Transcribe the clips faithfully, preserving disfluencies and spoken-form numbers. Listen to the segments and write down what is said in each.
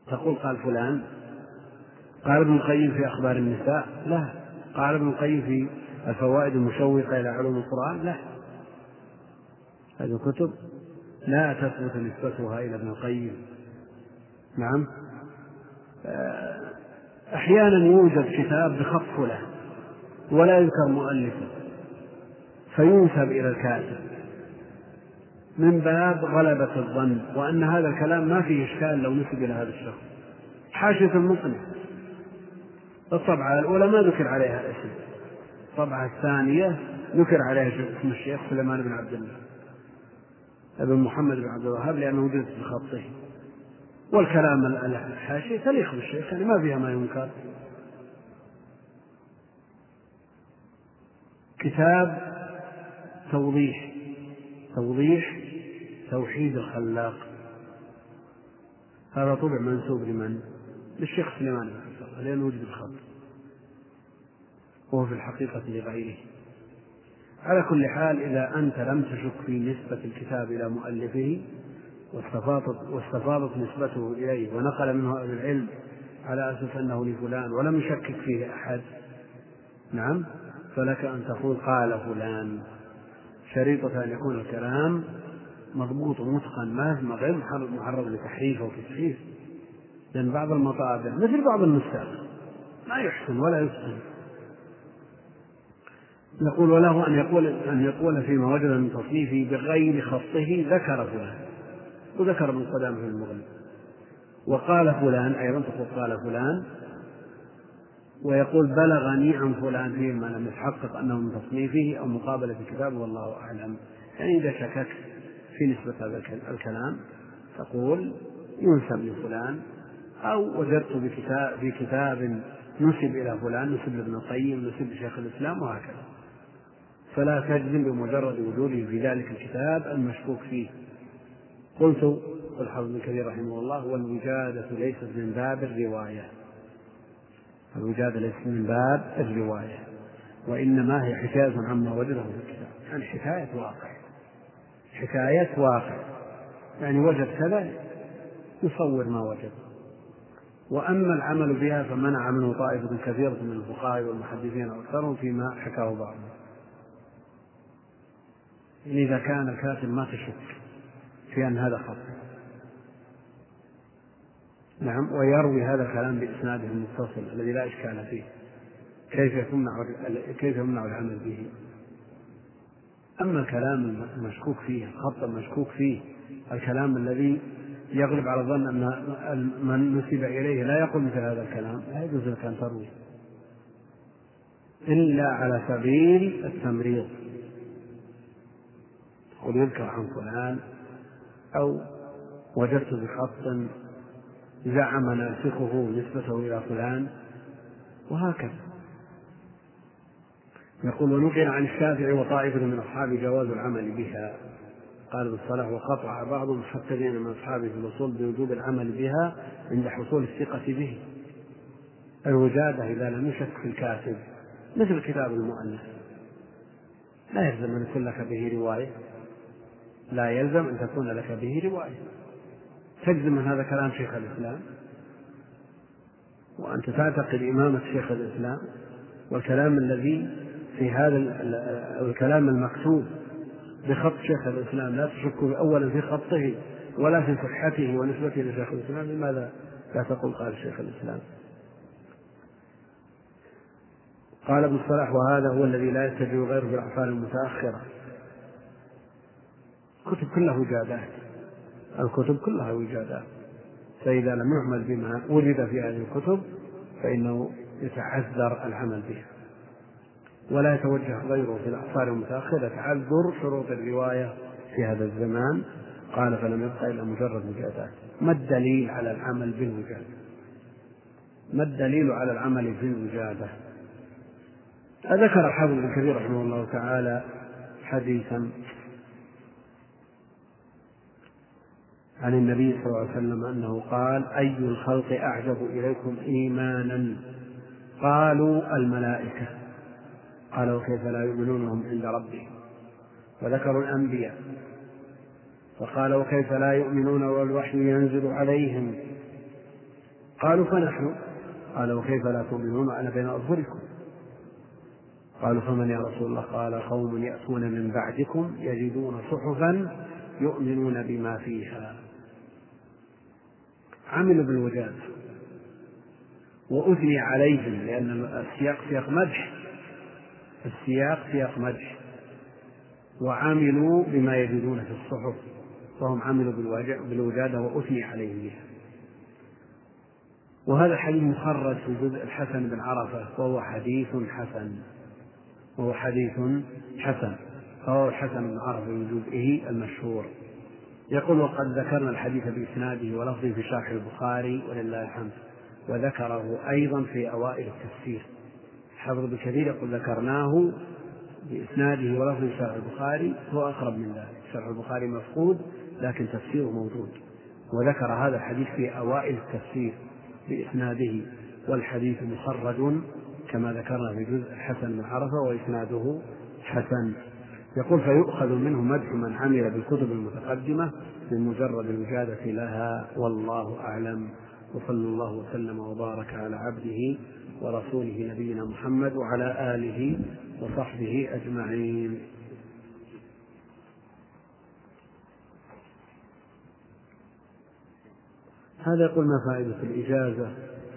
تقول قال فلان، قال ابن القيم في أخبار النساء، لا. قال ابن القيم في الفوائد المشوقة إلى علوم القرآن، لا. هذه الكتب لا تثبت نسبتها إلى ابن القيم. نعم. أحيانا يوجد كتاب بخط فلان ولا يذكر مؤلفه فينسب إلى الكاتب من باب غلبة الظن، وأن هذا الكلام ما فيه إشكال لو نسب إلى هذا الشخص. حاشية المقنع الطبعة الأولى ما ذكر عليها اسم، الطبعة الثانية ذكر عليها اسم الشيخ سليمان بن عبد الله ابن محمد بن عبد الوهاب لأنه وجدت بخطه، والكلام الحاشية تليق بالشيخ يعني ما فيها ما ينكر. كتاب توضيح توضيح توحيد الخلاق، هذا طبع منسوب لمن؟ للشيخ سليمان بن عبد الله لأنه وجد بالخط، وهو في الحقيقة لغيره. على كل حال، إذا أنت لم تشك في نسبة الكتاب إلى مؤلفه واستفاضت, واستفاضت نسبته إليه ونقل منه أهل العلم على أساس أنه لفلان ولم يشكك فيه أحد، نعم، فلك أن تقول قال فلان، شريطة أن يكون الكلام مضبوط ومتقن، ما غير محرض لتحريف أو تسخيف، لأن بعض المطابع مثل بعض النساخ ما يحسن ولا يتقن. يقول وله أن يقول, أن يقول فيما وجد من تصنيفه بغير خطه ذكر فلان، وذكر من قدامه في المغني، وقال فلان أيضا تقول قال فلان، ويقول بلغني عن فلان فيه ما لم يتحقق أنه من تصنيفه أو مقابلة كتابه والله أعلم. يعني إذا شككت في نسبة هذا الكلام تقول ينسب لفلان، أو وجدت بكتاب في كتاب نسب إلى فلان، نسب لابن القيم، نسب لشيخ الإسلام، وهكذا. فلا تجزم بمجرد وجوده في ذلك الكتاب المشكوك فيه. قلت الحافظ ابن كثير رحمه الله والوجادة ليست من باب الرواية، الوجادة ليست من باب الرواية، وإنما هي حكاية عما وجده في الكتاب، يعني حكاية واقع، حكاية واقع، يعني وجد كذا يصور ما وجد. وأما العمل بها فمنع منه طائفة كثيرة من الفقهاء والمحدثين وأكثرهم فيما حكاه بعضهم. يعني إذا كان الكاتب ما تشك في أن هذا خط، نعم، ويروي هذا الكلام بإسناده المتصل الذي لا إشكال فيه، كيف يمنع كيف يمنع العمل به؟ أما الكلام المشكوك فيه، الخط المشكوك فيه، الكلام الذي يغلب على الظن أن من نسب إليه لا يقول مثل هذا الكلام، لا يجوز لك أن تروي إلا على سبيل التمريض، قل يذكر عن فلان، أو وجدت بخط زعم ناسخه نسبته إلى فلان، وهكذا. يقول ونقل عن الشافعي وطائفة من أصحابه جواز العمل بها، قال بالصلاح وقطع بعضهم محتجين من أصحابه في الوصول بوجوب العمل بها عند حصول الثقة به. الوجادة إذا لم يشك في الكاتب مثل كتاب المؤلف لا يلزم أن يكون لك به رواية، لا يلزم أن تكون لك به رواية، تجزم من هذا كلام شيخ الإسلام وأنت تعتقد إمامة شيخ الإسلام، والكلام الذي في هذا الكلام المكتوب بخط شيخ الإسلام لا تشك أولا في خطه ولا في صحته ونسبته لشيخ الإسلام، لماذا لا تقول قال شيخ الإسلام؟ قال ابن الصلاح وهذا هو الذي لا يتجه غيره في الأعفال المتأخرة. الكتب كلها وجادات، الكتب كلها وجادات، فإذا لم يعمل بما وجد في هذه الكتب فإنه يتعذر العمل بها، ولا يتوجه غيره في الأعصار المتأخرة تعذر شروط الرواية في هذا الزمان. قال فلم يبقى إلا مجرد وجادات. ما الدليل على العمل بالوجادة؟ ما الدليل على العمل بالوجادة؟ ذكر الحافظ ابن كثير رحمه الله تعالى حديثا عن النبي صلى الله عليه وسلم أنه قال أي الخلق أعجب إليكم إيمانا؟ قالوا الملائكة. قال وكيف لا يؤمنونهم عند ربهم؟ وذكروا الأنبياء، فقال وكيف لا يؤمنون والوحي ينزل عليهم؟ قالوا فنحن. قال وكيف لا تؤمنون وأنا بين أظهركم؟ قالوا فمن يا رسول الله؟ قال قوم يأتون من بعدكم يجدون صحفا يؤمنون بما فيها. عملوا بالوجاز وأثني عليهم، لأن السياق سياق مدح، السياق سياق مدح، وعملوا بما يجدون في الصحف، فهم عملوا بالوجادة وأثني عليهم بها. وهذا الحديث مخرج في جزء الحسن بن عرفة، وهو حديث حسن وهو حديث حسن فهو الحسن بن عرفة في جزئه المشهور. يقول وقد ذكرنا الحديث بإسناده ولفظه في شرح البخاري ولله الحمد، وذكره أيضا في أوائل التفسير. حافظ ابن كثير يقول ذكرناه بإسناده ولفظه في شرح البخاري، هو أقرب من ذلك، شرح البخاري مفقود لكن تفسيره موجود، وذكر هذا الحديث في أوائل التفسير بإسناده، والحديث مخرج كما ذكرنا في جزء الحسن بن عرفة وإسناده حسن. يقول فيؤخذ منه مدح من عمل بالكتب المتقدمة بمجرد الوجادة لها، والله أعلم. وصلى الله وسلم وبارك على عبده ورسوله نبينا محمد وعلى آله وصحبه أجمعين. هذا يقول ما فائدة الإجازة؟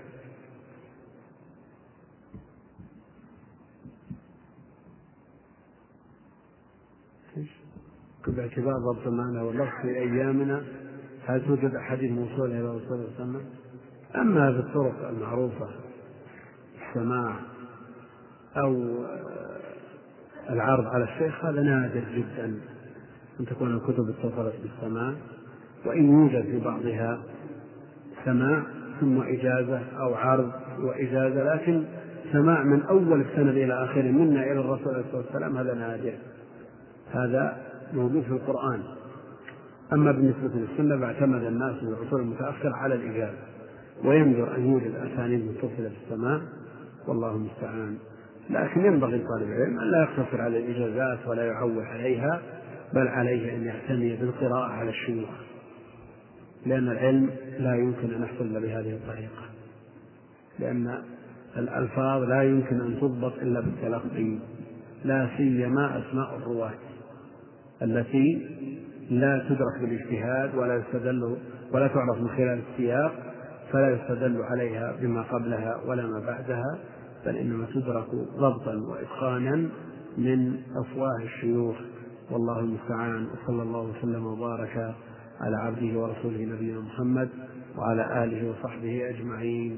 باعتبار ضبط المعنى واللفظ في أيامنا هل توجد أحاديث موصولة إلى رسول الله صلى الله عليه وسلم؟ أما بالطرق المعروفة السماع أو العرض على الشيخ هذا نادر جدا أن تكون الكتب اتصلت بالسماع، وإن يوجد في بعضها سماع ثم إجازة أو عرض وإجازة، لكن سماع من أول السند إلى آخره منا إلى الرسول عليه الصلاة والسلام هذا نادر، هذا موجود في القرآن. أما بالنسبة للسنة فاعتمد الناس في العصور المتأخرة على الإجازة، وينظر أن يوجد أسانيد متصلة بالسماع والله المستعان. لكن ينبغي لطالب العلم أن لا يقتصر على الإجازات ولا يعول عليها، بل عليه أن يعتني بالقراءة على الشيوخ، لأن العلم لا يمكن أن يحصل بهذه الطريقة، لأن الألفاظ لا يمكن أن تضبط إلا بالتلقي، لا سيما أسماء الرواة التي لا تدرك بالاجتهاد ولا يستدل ولا تعرف من خلال السياق، فلا يستدل عليها بما قبلها ولا ما بعدها، بل إنما تدرك ضبطا وإتقانا من أفواه الشيوخ، والله المستعان. وصلى الله وسلم وبارك على عبده ورسوله نبينا محمد وعلى آله وصحبه أجمعين.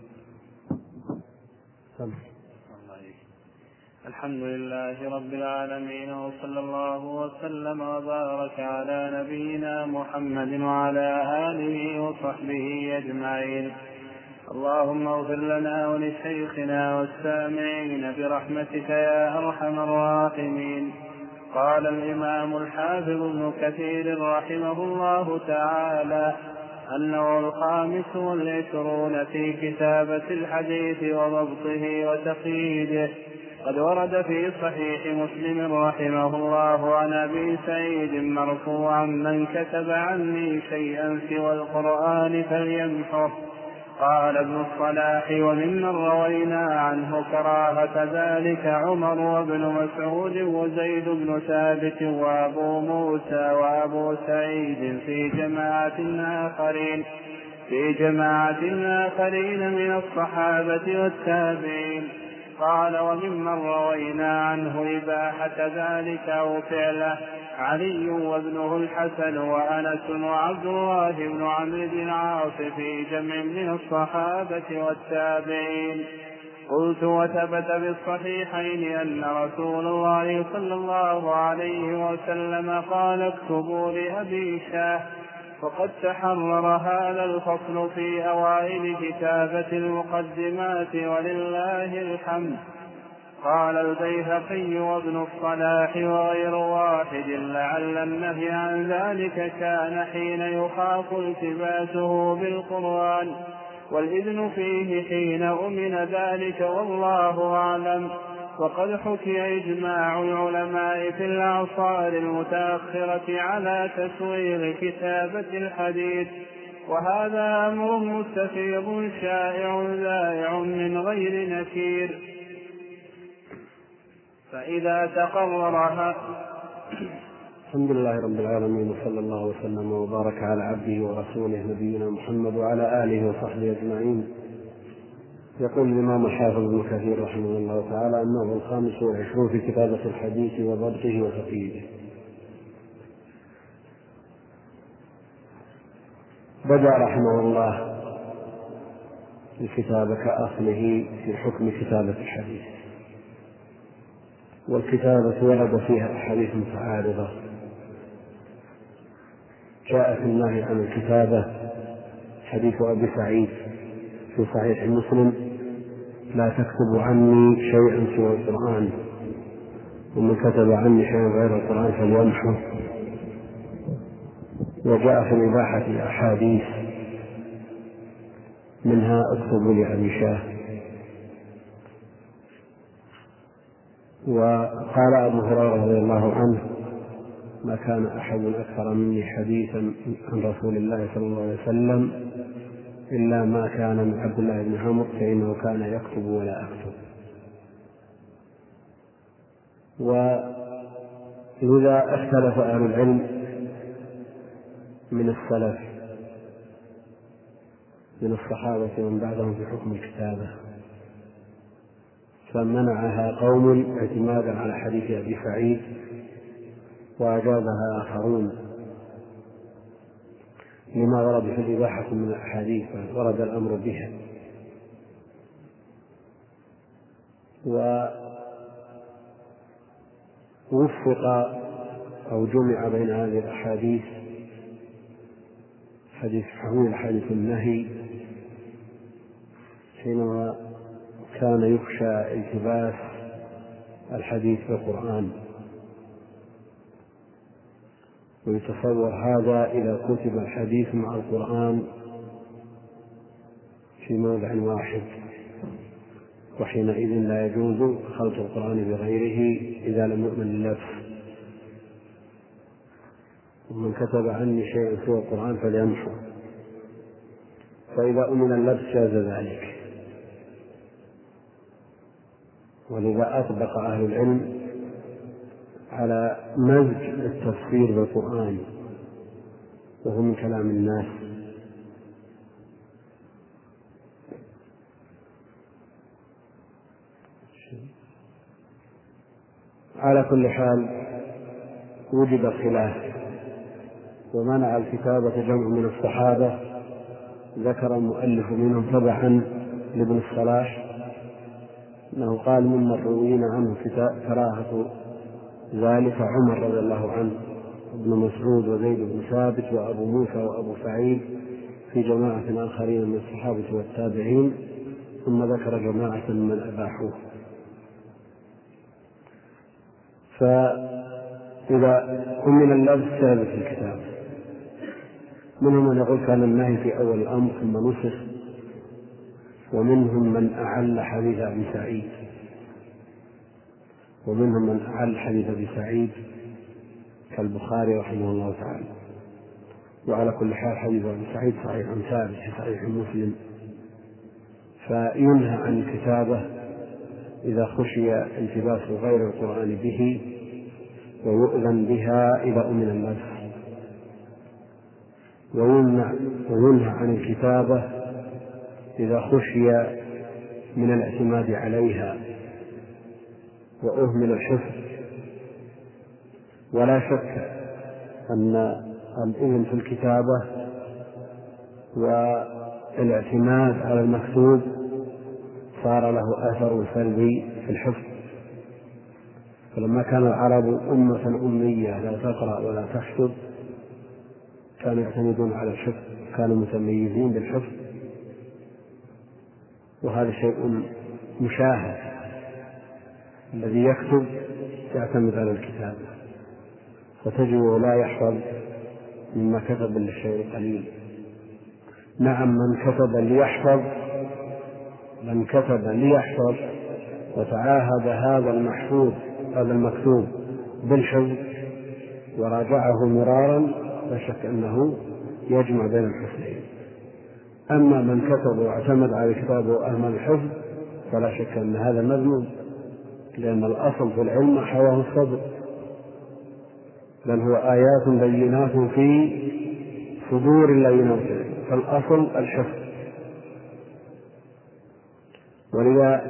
الحمد لله رب العالمين، وصلى الله وسلم وبارك على نبينا محمد وعلى آله وصحبه أجمعين. اللهم اغفر لنا ولشيخنا والسامعين برحمتك يا أرحم الراحمين. قال الإمام الحافظ ابن كثير رحمه الله تعالى: النوع الخامس والعشرون في كتابة الحديث وضبطه وتقييده. قد ورد في صحيح مسلم رحمه الله عن أبي سعيد مرفوعا: من كتب عني شيئا سوى القرآن فليمحه. قال ابن الصلاح: وممن روينا عنه كراهة ذلك عمر وابن مسعود وزيد بن ثابت وأبو موسى وأبو سعيد في جماعة آخرين في جماعة آخرين من الصحابة والتابعين. قال: وممن روينا عنه إباحة ذلك أو فعله علي وابنه الحسن وأنس وعبد الله بن عمرو بن العاص في جمع من الصحابة والتابعين. قلت: وثبت بالصحيحين أن رسول الله صلى الله عليه وسلم قال: اكتبوا لأبي شاه. وقد تحرر هذا الفصل في أوائل كتابة المقدمات ولله الحمد. قال البيهقي وابن الصلاح وغير واحد: لعل النهي عن ذلك كان حين يخاف التباسه بالقرآن، والإذن فيه حين أمن ذلك، والله أعلم. وقد حكي إجماع العلماء في الأعصار المتأخرة على تسويغ كتابة الحديث، وهذا أمر مستفيض شائع ذائع من غير نكير. فإذا تقررها. الحمد لله رب العالمين، وصلى الله وسلم وبارك على عبده ورسوله نبينا محمد وعلى آله وصحبه أجمعين. يقول الإمام الحافظ ابن كثير رحمه الله تعالى: النوع الخامس والعشرون في كتابة الحديث وضبطه وتقييده. بدأ رحمه الله الكتاب كأصله في حكم كتابة الحديث، والكتابة ورد فيها أحاديث متعارضة. جاء في النهي عن الكتابة حديث أبي سعيد في صحيح مسلم: لا تكتبوا عني شيئا سوى القرآن، ومن كتب عني شيئا غير القرآن فليمحه. وجاء في الإباحة أحاديث، منها: اكتبوا لأبي شاه. وقال أبو هريرة رضي الله عنه: ما كان أحد أكثر مني حديثا عن رسول الله صلى الله عليه وسلم إلا ما كان من عبد الله بن عمرو فإنه كان يكتب ولا أكتب. ولذا اختلف أهل العلم من السلف من الصحابة ومن بعدهم في حكم الكتابة، فمنعها قوم اعتمادا على حديث أبي سعيد، وأجابها آخرون لما ورد في الإباحة من الأحاديث ورد الأمر بها. ووفق أو جمع بين هذه الأحاديث حديث حمول حديث النهي حينما كان يخشى التباس الحديث بالقرآن، ويتصور هذا إذا كتب الحديث مع القرآن في موضع واحد، وحينئذ لا يجوز خلط القرآن بغيره إذا لم يؤمن اللبس. ومن كتب عني شيئا سوى القرآن فليمحو، فإذا أمن اللبس جاز ذلك. ولذا أطبق أهل العلم على مزج التفسير بالقرآن، وهو من كلام الناس. على كل حال وجد خلاف، ومنع الكتابة جمع من الصحابة، ذكر المؤلف منهم تبعا لابن الصلاح أنه قال: ممن روينا عنه كراهة ذلك عمر رضي الله عنه، ابن مسعود، وزيد بن ثابت، وأبو موسى، وأبو سعيد، في جماعة آخرين من الصحابة والتابعين، ثم ذكر جماعة من أباحوه. فإذا أمن اللبس ثابت في الكتاب. منهم من يقول كان النهي في أول الأمر ثم نسخ، ومنهم من أعل حديث أبي سعيد، ومنهم من أعل حديث أبي سعيد كالبخاري رحمه الله تعالى. وعلى كل حال حديث أبي سعيد صحيح ثابت في صحيح مسلم، فينهى عن الكتابة إذا خشي التباس غير القرآن به، ويؤذن بها إذا أمن اللبس. وينهى عن الكتابة إذا خشي من الاعتماد عليها وأهمل الحفظ. ولا شك أن الإذن في الكتابة والاعتماد على المكتوب صار له أثر سلبي في الحفظ. فلما كان العرب أمة أمية لا تقرأ ولا تكتب كانوا يعتمدون على الحفظ، كانوا متميزين بالحفظ، وهذا شيء مشاهد. الذي يكتب يعتمد على الكتابة، فتجده لا يحفظ مما كتب إلا الشيء القليل. نعم، من كتب ليحفظ من كتب ليحفظ وتعاهد هذا المحفوظ هذا المكتوب بالحفظ وراجعه مرارا، لا شك أنه يجمع بين الحسنين. أما من كتب واعتمد على كتابه وأهمل الحفظ فلا شك أن هذا مذموم، لأن الأصل في العلم حواه الصبر، بل هو آيات بينات في صدور الذين أوتوا العلم، فالأصل الحفظ. ولذا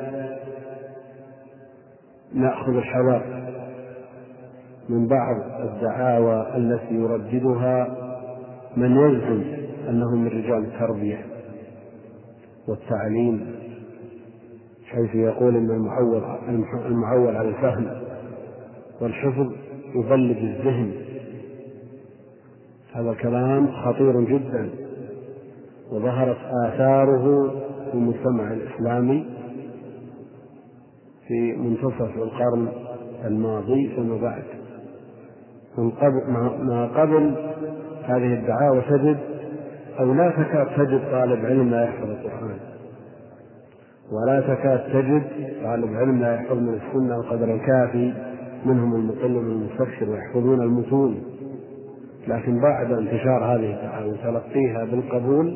نأخذ الحذر من بعض الدعاوى التي يرددها من يزعم أنه من رجال التربية والتعليم، حيث يقول أن المعول المعول على الفهم والحفظ يبلد الذهن. هذا الكلام خطير جدا، وظهرت آثاره في المجتمع الإسلامي في منتصف القرن الماضي ثم بعد. من قبل ما قبل هذه الدعاوى تجد أو لا تكاد تجد طالب علم لا يحفظ القرآن، ولا تكاد تجد طالب علم لا يحفظ من السنة القدر الكافي، منهم المقل والمستكثر ويحفظون المتون. لكن بعد انتشار هذه الدعاوى وتلقيها بالقبول،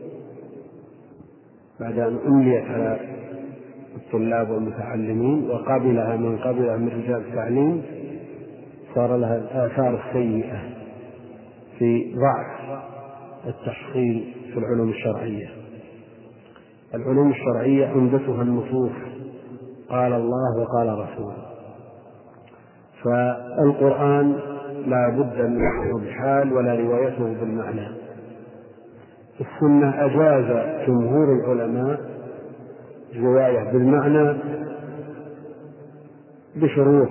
بعد أن أمليت على الطلاب والمتعلمين وقبلها من قبلها من رجال التعليم، صار لها الآثار السيئة في ضعف التحصيل في العلوم الشرعية. العلوم الشرعية عمدتها النصوص، قال الله وقال رسوله، فالقرآن لا بد منه بحال ولا روايته بالمعنى. السنة أجاز جمهور العلماء رواية بالمعنى بشروط،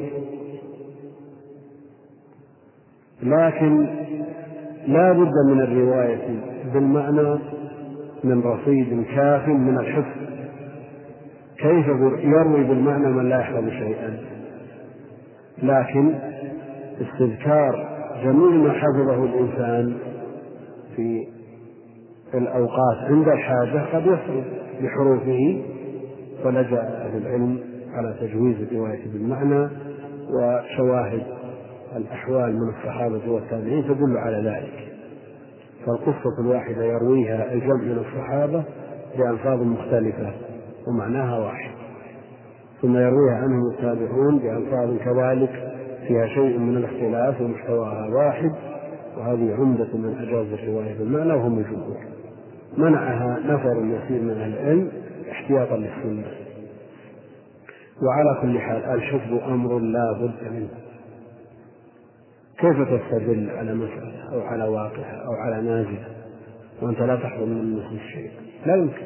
لكن لا بد من الرواية بالمعنى من رصيد كاف من الحفظ. كيف يروي بالمعنى من لا يحفظ شيئا؟ لكن استذكار جميع ما حفظه الإنسان في الأوقات عند الحاجة قد يصل بحروفه، فلجأ أهل العلم على تجويز الرواية بالمعنى، وشواهد الأحوال من الصحابة والتابعين تدل على ذلك. فالقصة الواحدة يرويها الجمع من الصحابة بألفاظ مختلفة ومعناها واحد، ثم يرويها عنهم التابعون بألفاظ كذلك فيها شيء من الاختلاف ومحتواها واحد، وهذه عمدة من أجاز الرواية بالمعنى وهم الجمهور. منعها نفر يسير من العلم احتياطا للسنة. وعلى كل حال الحفظ أمر لا بد منه. كيف تستدل على مسألة أو على واقعة أو على نازلة وأنت لا تحفظ من النصوص شيء؟ لا يمكن.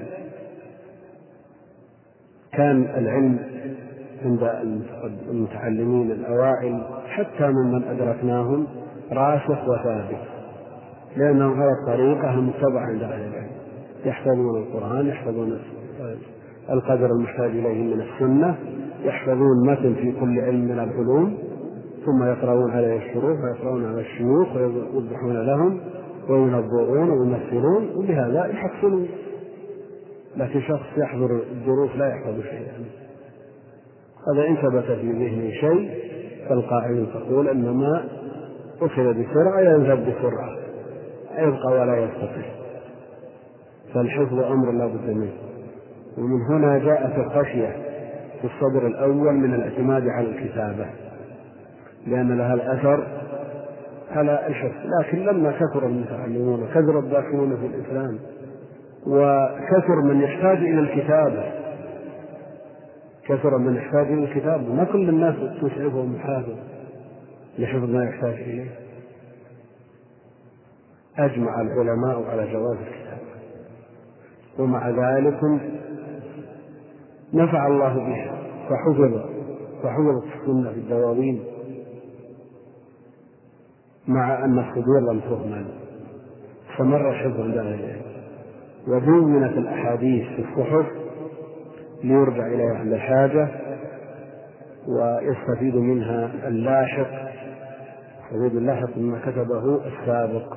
كان العلم عند المتعلمين الأوائل حتى ممن أدركناهم راسخ وثابت، لأنهم على الطريقة المتبعة عند أهل العلم، يحفظون القرآن، يحفظون القدر المحتاج إليه من السنة، يحفظون متن في كل علم من العلوم، ثم يقرؤون عليه الشروح ويقرؤون على الشيوخ ويوضحون لهم وينظرون ويمثلون، وبهذا يحصلون. لكن شخص يحضر الدروس لا يحفظ شيئا، هذا إن ثبت في ذهنه شيء فالقاعدة تقول أن ما أخذ بسرعة يذهب بسرعة، يبقى ولا يستطيع. فالحفظ أمر لا بد منه. ومن هنا جاءت الخشية في الصدر الأول من الاعتماد على الكتابة، لأن لها الأثر على الحفظ. لكن لما كثر المتعلمون وكثر الداخلون في الإسلام وكثر من يحتاج إلى الكتابة، كثر من يحتاج إلى الكتابة، ما كل الناس تسعفهم الحافظ لحفظ ما يحتاج إليه. أجمع العلماء على جواز الكتابة، ومع ذلك نفع الله بها فحفظ فحفظت السنة في الدواوين، مع أن الصدور لم تهمل، فمر الحفظ عند أهل العلم، ودونت الأحاديث في الصحف ليرجع إليها عند الحاجة ويستفيد منها اللاحق، يستفيد اللاحق مما كتبه السابق.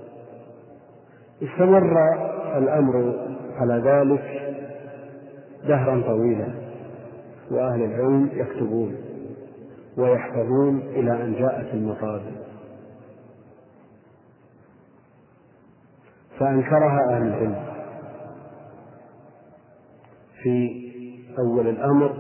استمر الأمر على ذلك دهرا طويلا، وأهل العلم يكتبون ويحفظون إلى أن جاءت المصادر، فأنكرها أهل العلم في أول الأمر،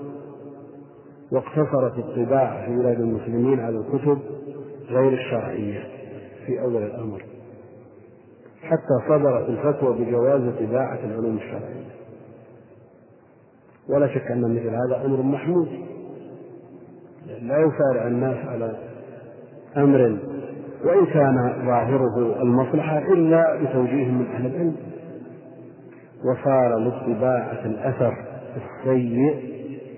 واقتصرت الطباعة في بلاد المسلمين على الكتب غير الشرعية في أول الأمر، حتى صدرت الفتوى بجواز طباعة العلوم الشرعية. ولا شك أن مثل هذا أمر محمود، لا يسارع الناس على أمر وإن كان ظاهره المصلحة إلا بتوجيه من أهل العلم. وصار للطباعة الأثر السيء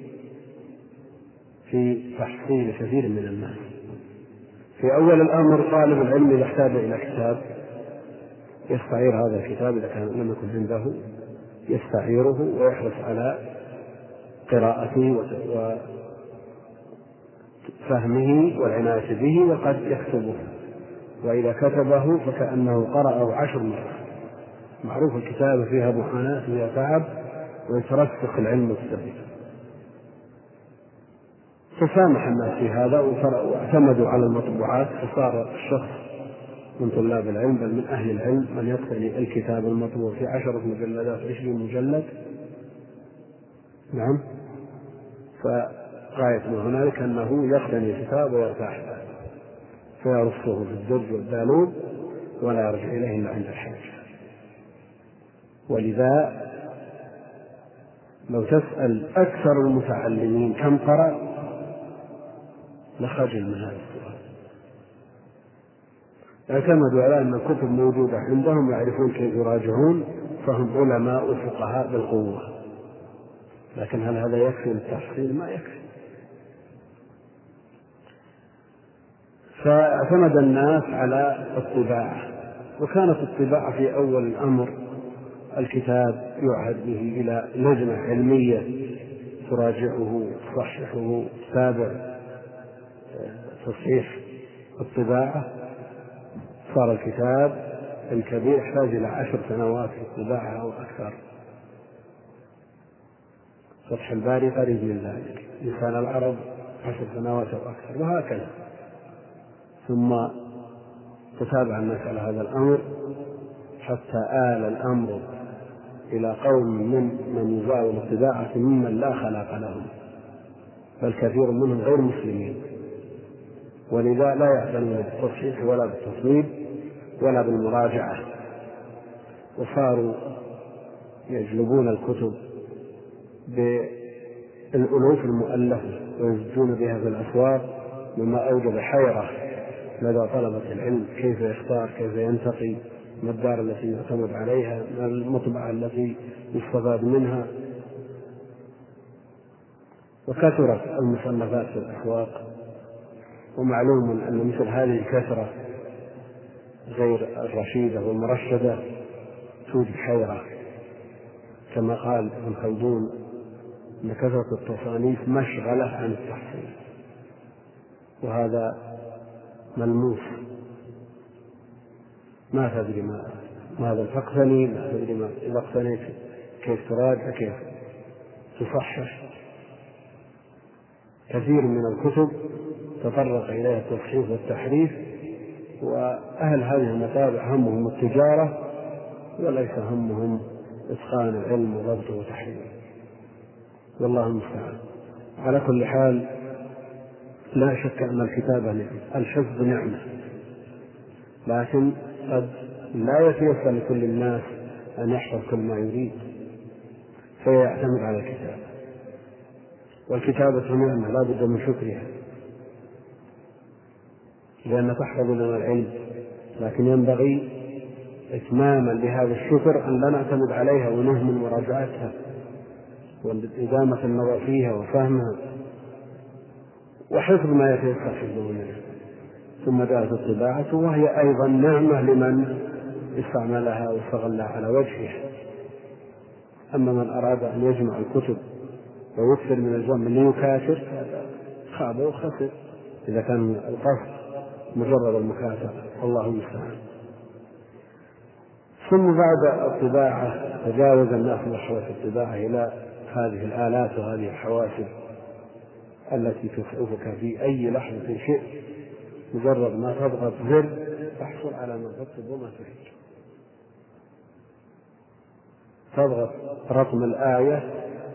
في تحصيل كثير من الناس. في أول الأمر طالب العلم إذا احتاج إلى كتاب يستعير هذا الكتاب إذا كان لم يكن عنده، يستعيره ويحرص على قراءته وفهمه والعناية به، وقد يكتبه، وإذا كتبه فكأنه قرأه عشر مرات. معروف الكتابة فيها معاناة فيها تعب ويترسخ العلم والسبيل. تسامح الناس في هذا واعتمدوا على المطبوعات، فصار الشخص من طلاب العلم بل من أهل العلم من يقتني الكتاب المطبوع في عشرة مجلدات عشرين مجلد. نعم، فغاية ما هنالك أنه يقتني الكتاب ويرتاح له فيرصه في الدرج والدالوب ولا يرجع إليه إلا عند الحاجة. ولذا لو تسأل أكثر المتعلمين كم قرأ لخجل من هذا السؤال. اعتمدوا على أن الكتب موجودة عندهم يعرفون كيف يراجعون، فهم علماء وفقهاء بالقوة، لكن هل هذا يكفي للتحصيل؟ ما يكفي. فاعتمد الناس على الطباعة، وكانت الطباعة في أول الأمر الكتاب يعهد به إلى لجنة علمية تراجعه تصححه تتابع تصحيح الطباعة. صار الكتاب الكبير يحتاج إلى عشر سنوات في الطباعة أو أكثر. فتح الباري قريب من ذلك، لسان العرب عشر سنوات أو أكثر، وهكذا. ثم تتابع الناس على هذا الأمر حتى آل الأمر إلى قوم من من يزاول الطباعة ممن لا خلاق لهم، بل كثير منهم غير مسلمين، ولذا لا يعتنون بالتصحيح ولا بالتصويب ولا بالمراجعة، وصاروا يجلبون الكتب بالألوف المؤلفة ويزجون بها في الأسواق، مما أوجب حيرة لدى طلبة العلم كيف يختار، كيف ينتقي، ما الدار التي يعتمد عليها، ما المطبعة التي يستفاد منها. وكثرت المصنفات في الأسواق، ومعلوم أن مثل هذه الكثرة غير الرشيدة والمرشدة توجد حيرة، كما قال ابن خلدون أن كثرة التصانيف مشغلة عن التحصيل، وهذا ملموس. ما تدري ما ماذا تقتني، ما تدري ما إذا اقتنيت كيف تراجع، كيف تصحح. كثير من الكتب تطرق إليها التصحيح والتحريف، وأهل هذه المطابع همهم التجارة وليس همهم إتقان العلم وضبطه وتحريره، والله المستعان. على كل حال لا شك أن الكتابة نعمة، الحفظ نعمة، لكن قد لا يتيسر لكل الناس أن يحفظ كل ما يريد، فيعتمد على الكتابة. والكتابة نعمة لا بد من شكرها، لأن تحفظ لنا العلم، لكن ينبغي إتماما لهذا الشكر أن لا نعتمد عليها ونهمل مراجعتها وإدامة النظر فيها وفهمها وحفظ ما يتيسر حفظه منه. ثم جاءت الطباعة وهي أيضا نعمة لمن استعملها واستغلها على وجهها. أما من أراد أن يجمع الكتب ويكثر من الجمع ليكاثر هذا خاب وخسر، إذا كان القصد مجرد المكاثرة، الله المستعان. ثم بعد الطباعة تجاوز الناس مرحلة الطباعة إلى هذه الآلات وهذه الحواسب التي تسعفك في أي لحظة شئت، مجرد ما تضغط زر تحصل على ما تكتب وما تريد. تضغط رقم الآية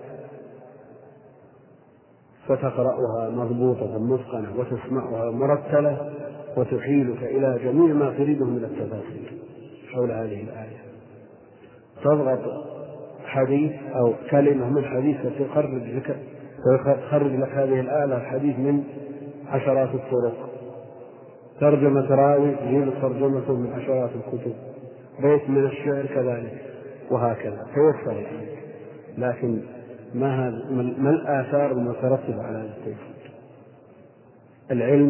فتقرأها مضبوطة متقنة وتسمعها مرتلة وتحيلك إلى جميع ما تريده من التفاصيل حول هذه الآية. تضغط حديث أو كلمة من حديث فتخرج لك تخرج لك هذه الآية الحديث من عشرات الطرق. ترجمة راوي تجيب ترجمته من عشرات الكتب. بيت من الشعر كذلك وهكذا تيسر يعني. لكن ما هذا ما الآثار المترتبة على هذا التيسير؟ العلم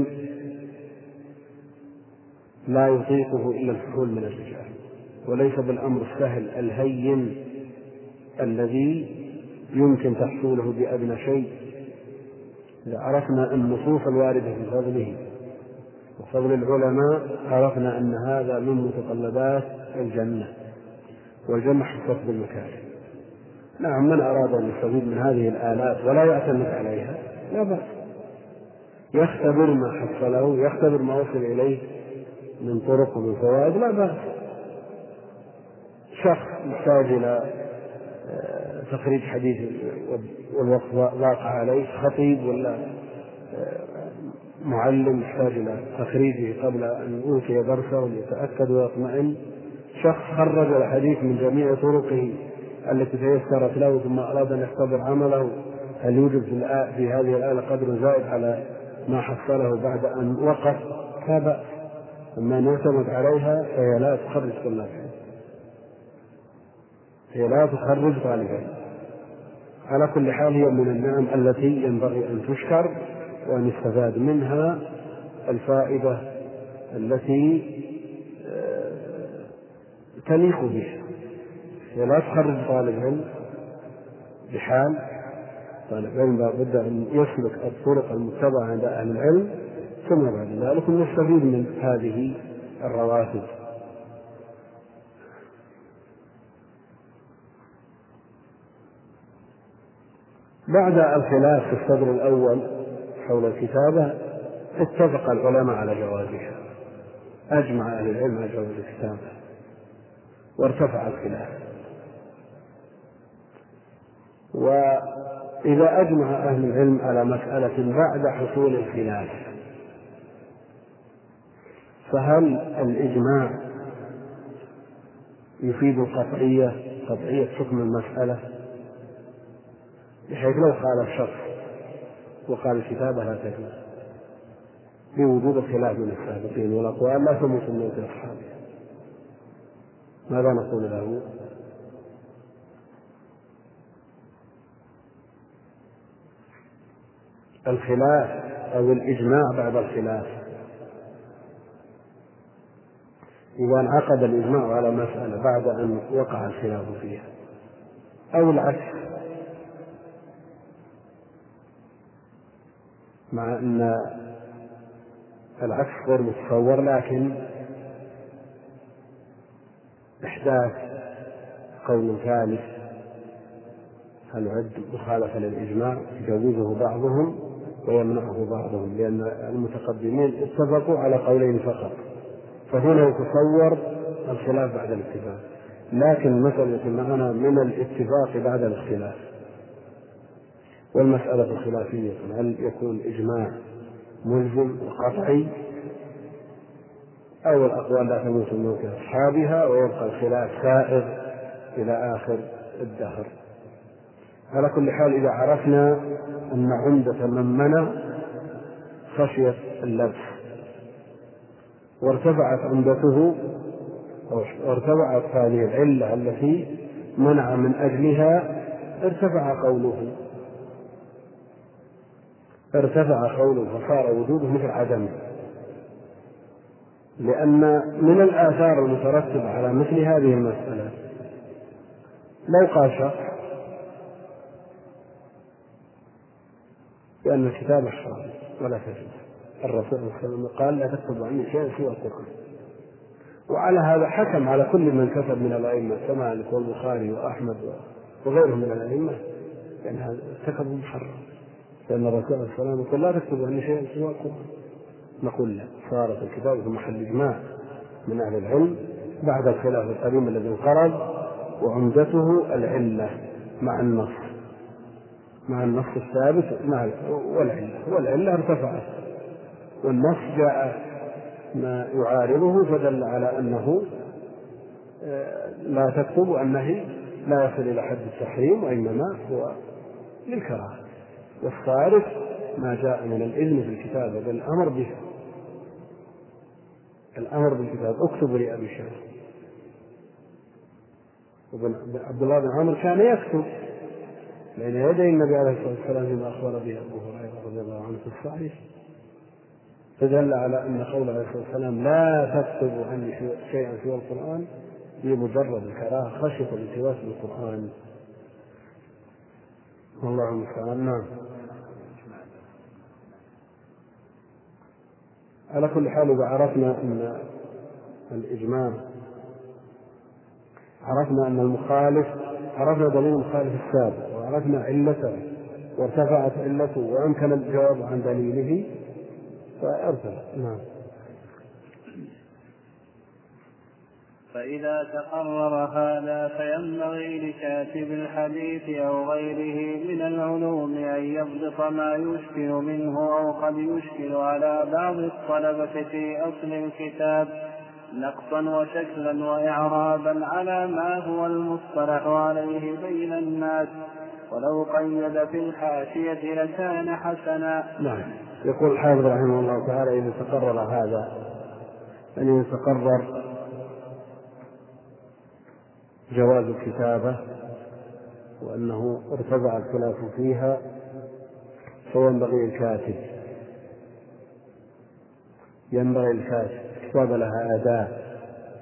لا يطيقه إلا الفحول من الرجال، وليس بالأمر السهل الهين الذي يمكن تحصيله بأدنى شيء. إذا عرفنا النصوص الواردة في فضله وفضل العلماء عرفنا أن هذا من متطلبات الجنة، والجنة حفت بالمكاره. نعم، من أراد أن يستفيد من هذه الآلات ولا يعتمد عليها لا بأس، يختبر ما حصله، يختبر ما وصل إليه من طرق ومن فوائد لا بأس. شخص محتاج إلى تخريج حديث والوقت ضاق عليه، خطيب ولا معلم محتاج إلى تخريجه قبل أن يؤتي درسه ليتأكد ويطمئن. شخص خرج الحديث من جميع طرقه التي تيسرت له ثم أراد أن يختبر عمله هل يوجد في هذه الآلة قدر زائد على ما حصله بعد أن وقف لا بأس. أما أن يعتمد عليها فهي لا تخرج طلاب العلم، هي لا تخرج طالب العلم. على كل حال هي من النعم التي ينبغي أن تشكر وأن يستفاد منها الفائدة التي تليق بها. هي لا تخرج طالب العلم بحال. طالب العلم لابد أن يسلك الطرق المتبعة عند أهل العلم، ثم بعد ذلك يستفيد من هذه الرواتب. بعد الخلاف في الصدر الأول حول الكتابة اتفق العلماء على جوازها، أجمع أهل العلم على جواز الكتابة وارتفع الخلاف. وإذا أجمع أهل العلم على مسألة بعد حصول الخلاف فهل الإجماع يفيد القطعية قطعية حكم المسألة، بحيث لو قال الشخص وقال الكتابة لا تجوز بوجود الخلاف من السابقين والأقوال لا تموت من موت أصحابه، ماذا نقول له؟ الخلاف أو الإجماع بعد الخلاف، إذا انعقد الإجماع على مسألة بعد أن وقع الخلاف فيها، أو العكس، مع أن العكس غير متصور لكن إحداث قول ثالث هل يعد مخالفة للإجماع يجوزه بعضهم ويمنعه بعضهم، لأن المتقدمين اتفقوا على قولين فقط، فهنا يتصور الخلاف بعد الاتفاق. لكن المسألة معنا من الاتفاق بعد الاختلاف، والمسألة الخلافية هل يكون إجماع ملزم وقطعي أو الأقوال لا تموت من موت أصحابها ويبقى الخلاف سائر إلى آخر الدهر. على كل حال إذا عرفنا أن عمدة من منع خشية اللبس وارتفعت عمدته وارتفعت هذه العلة التي منع من أجلها ارتفع قوله ارتفع قوله فصار وجوده مثل عدم، لأن من الآثار المترتبة على مثل هذه المسألة لو قال شخص بأن الكتاب حرام ولا تجوز، الرسول صلى الله عليه وسلم قال لا تكتب عني شيئا سوى القرآن، وعلى هذا حكم على كل من كتب من الأئمة كمالك والبخاري وأحمد وغيرهم من الأئمة لأن هذا ارتكب محرم، لأن الرسول صلى الله عليه وسلم يقول لا تكتب عني شيئا سوى القرآن. نقول لا، صارت الكتاب في محل إجماع من أهل العلم بعد الخلاف القديم الذي انقرض وعمدته العلة مع النص، مع النص الثابت مع والعلة، والعلة ارتفعت والنص جاء ما يعارضه فدل على أنه لا تكتب، وأنه لا يصل إلى حد التحريم، وإنما هو للكراهة. والصارف ما جاء من الإذن في الكتابة بل الأمر به، الأمر بالكتاب اكتب لأبي شيخ. عبد الله بن عمرو كان يكتب بين يدي النبي عليه الصلاة والسلام فيما أخبر به أبو هريرة رضي الله عنه في الصحيح، فدل على أن قوله عليه الصلاة والسلام لا تكتب عني شيئا سوى القرآن بمجرد الكراهة خشية الالتواس بالقرآن. والله المستعان. نعم. على كل حال إذا عرفنا أن الإجماع، عرفنا أن المخالف، عرفنا دليل المخالف السابق وعرفنا علته وارتفعت علته وأمكن الجواب عن دليله فارتفع. نعم. فإذا تقرر هذا فينبغي لكاتب الحديث أو غيره من العلوم أن يضبط ما يشكل منه أو قد يشكل على بعض الطلبة في أصل الكتاب نقصا وشكلا وإعرابا على ما هو المصطلح عليه بين الناس، ولو قيد في الحاشية لكان حسنا. نعم. يقول الحافظ رحمه الله تعالى إذا تقرر هذا، أن يتقرر جواز الكتابة وأنه ارتفع الخلاف فيها، فينبغي الكاتب ينبغي الكاتب كتاب لها أداء.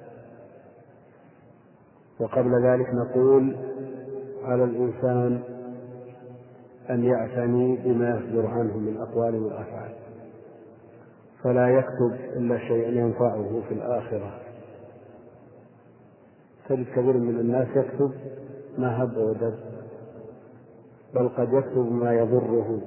وقبل ذلك نقول على الإنسان أن يعتني بما يصدر عنه من أقوال وأفعال، فلا يكتب إلا شيئا ينفعه في الآخرة. تجد كثير من الناس يكتب ما هب ودب، بل قد يكتب ما يضره،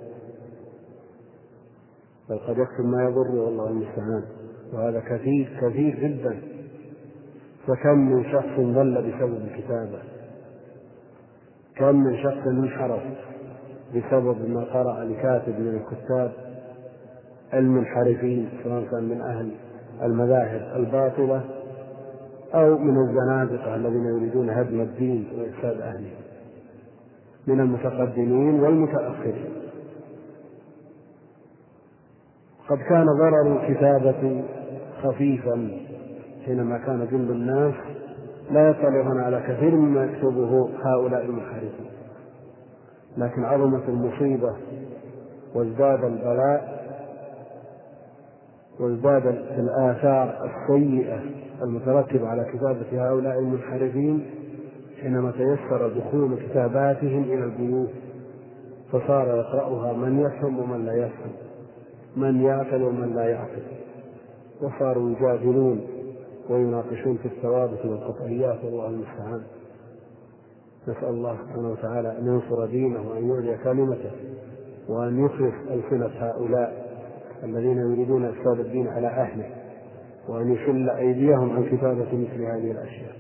بل قد يكتب ما يضره والله المستعان، وهذا كثير كثير جدا. فكم من شخص ضل بسبب الكتابة، كم من شخص انحرف بسبب ما قرأ لكاتب من الكتاب المنحرفين، سواء كان من أهل المذاهب الباطلة أو من الزنادقة الذين يريدون هدم الدين وإفساد أهله، من المتقدمين والمتأخرين. قد كان ضرر الكتابة خفيفا حينما كان جل الناس لا يطلعون على كثير مما يكتبه هؤلاء المنحرفين، لكن عظمت المصيبة وازداد البلاء وازداد الآثار السيئة المترتبة على كتابة هؤلاء المنحرفين حينما تيسر دخول كتاباتهم إلى البيوت، فصار يقرأها من يفهم ومن لا يفهم، من يعقل ومن لا يعقل، وصاروا يجادلون ويناقشون في الثوابت والقطعيات. والله المستعان. نسأل الله سبحانه وتعالى أن ينصر دينه وأن يعلي كلمته وأن يخلص ألسنة هؤلاء الذين يريدون إفساد الدين على أهله، وأن يشل أيديهم عن كتابة مثل هذه الأشياء.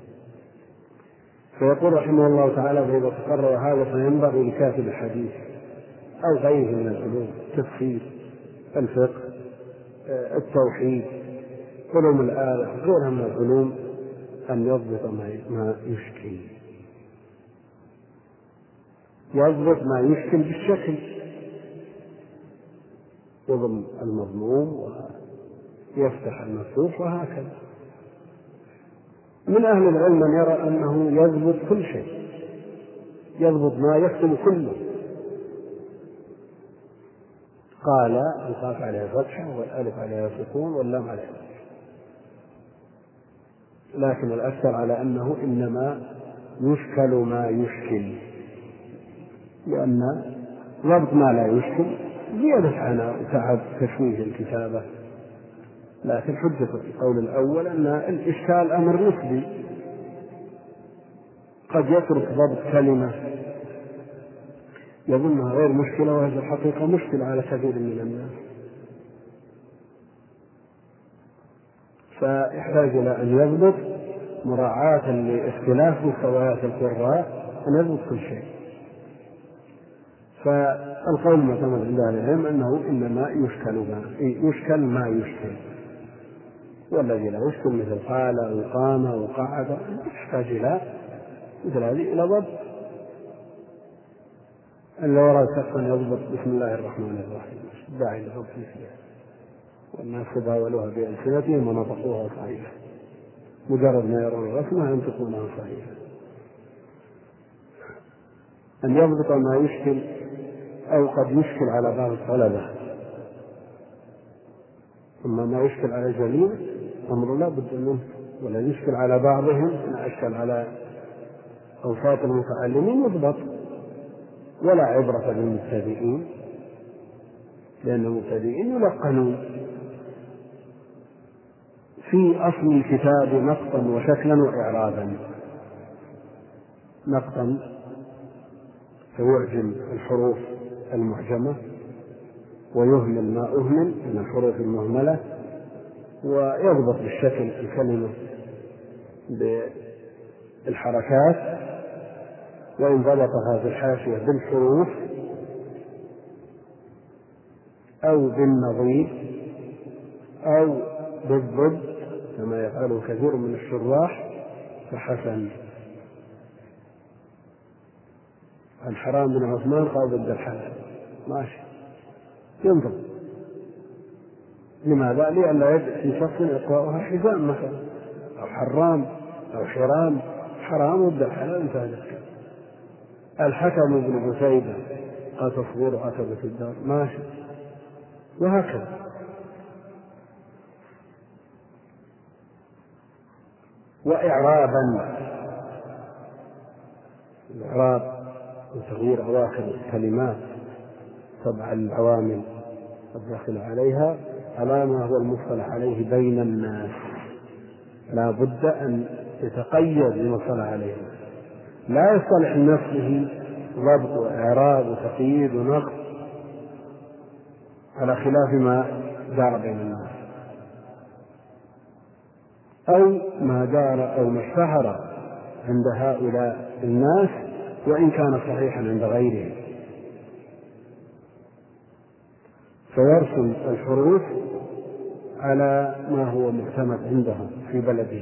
فيقول رحمه الله تعالى فإذا تقرر هذا فينبغي لكاتب الحديث أو غيره من العلوم، التفسير، الفقه، التوحيد، علوم الآلة، غيرها من العلوم، أن يضبط ما يشكل، يضبط ما يشكل بالشكل، يضم المضموم ويفتح المفتوح وهكذا. من أهل العلم من يرى أنه يضبط كل شيء، يضبط ما يكتب كله، قال القاف عليها فتحة والألف عليها سكون واللام عليها فتحة، لكن الأكثر على أنه إنما يشكل ما يشكل، لأن ضبط ما لا يشكل زيادة عناء وتعب تشويه الكتابة. لكن حجة القول الأول أن الإشكال أمر نسبي، قد يترك ضبط كلمة يظنها غير مشكلة وهذه الحقيقة مشكلة على كثير من الناس، فيحتاج إلى أن يضبط مراعاة لاختلاف مستويات القراء أن يضبط كل شيء. فالقول المعتمد عند أهل العلم أنه إنما يشكل ما يشكل ما يشكل، والذي لا يشكل مثل قال وقام وقعد يحتاج إلى مثل هذه إلى ضبط. اللي وراء شخص يضبط بسم الله الرحمن الرحيم داعي لضبط مثلها، والناس تداولوها بألسنتهم ونطقوها صحيحة، مجرد ما يرون الرسمة ينطقونها صحيحة. أن يضبط ما يشكل أو قد يشكل على بعض الطلبة، أما ما يشكل على الجميع أمر لا بد منه، ولا يشكل على بعضهم إن أشكل على أوساط المتعلمين يضبط. ولا عبرة بالمبتدئين، لأن المبتدئين يلقنون في أصل الكتاب نقطا وشكلا وإعرابا. نقطا فيعجم الحروف المعجمة ويهمل ما أهمل من الحروف المهملة، ويضبط بالشكل الكلمة بالحركات، وإن ضبطها في الحاشية بالحروف أو بالنظير أو بالضد كما يفعله كثير من الشراح فحسن. الحرام بن عثمان قال ضد الحلال ماشي ينظر. لماذا؟ لئلا يجد في شخص إقراؤها حزام مثلا أو حرام أو حرام، حرام ضد الحلال انتهى الكلام. الحكم بن عتيبة قال تصغير عتبة الدار ماشي، وهكذا. وإعرابا، الإعراب وتغيير أواخر الكلمات تبع العوامل الداخل عليها على ما هو المصطلح عليه بين الناس، لا بد أن يتقيد بمصطلح عليه، لا يصطلح لنفسه ضبط وإعراب وتقييد ونقص على خلاف ما دار بين الناس أو ما دار أو ما اشتهر عند هؤلاء الناس وإن كان صحيحا عند غيرهم. فيرسم الحروف على ما هو معتمد عندهم في بلده.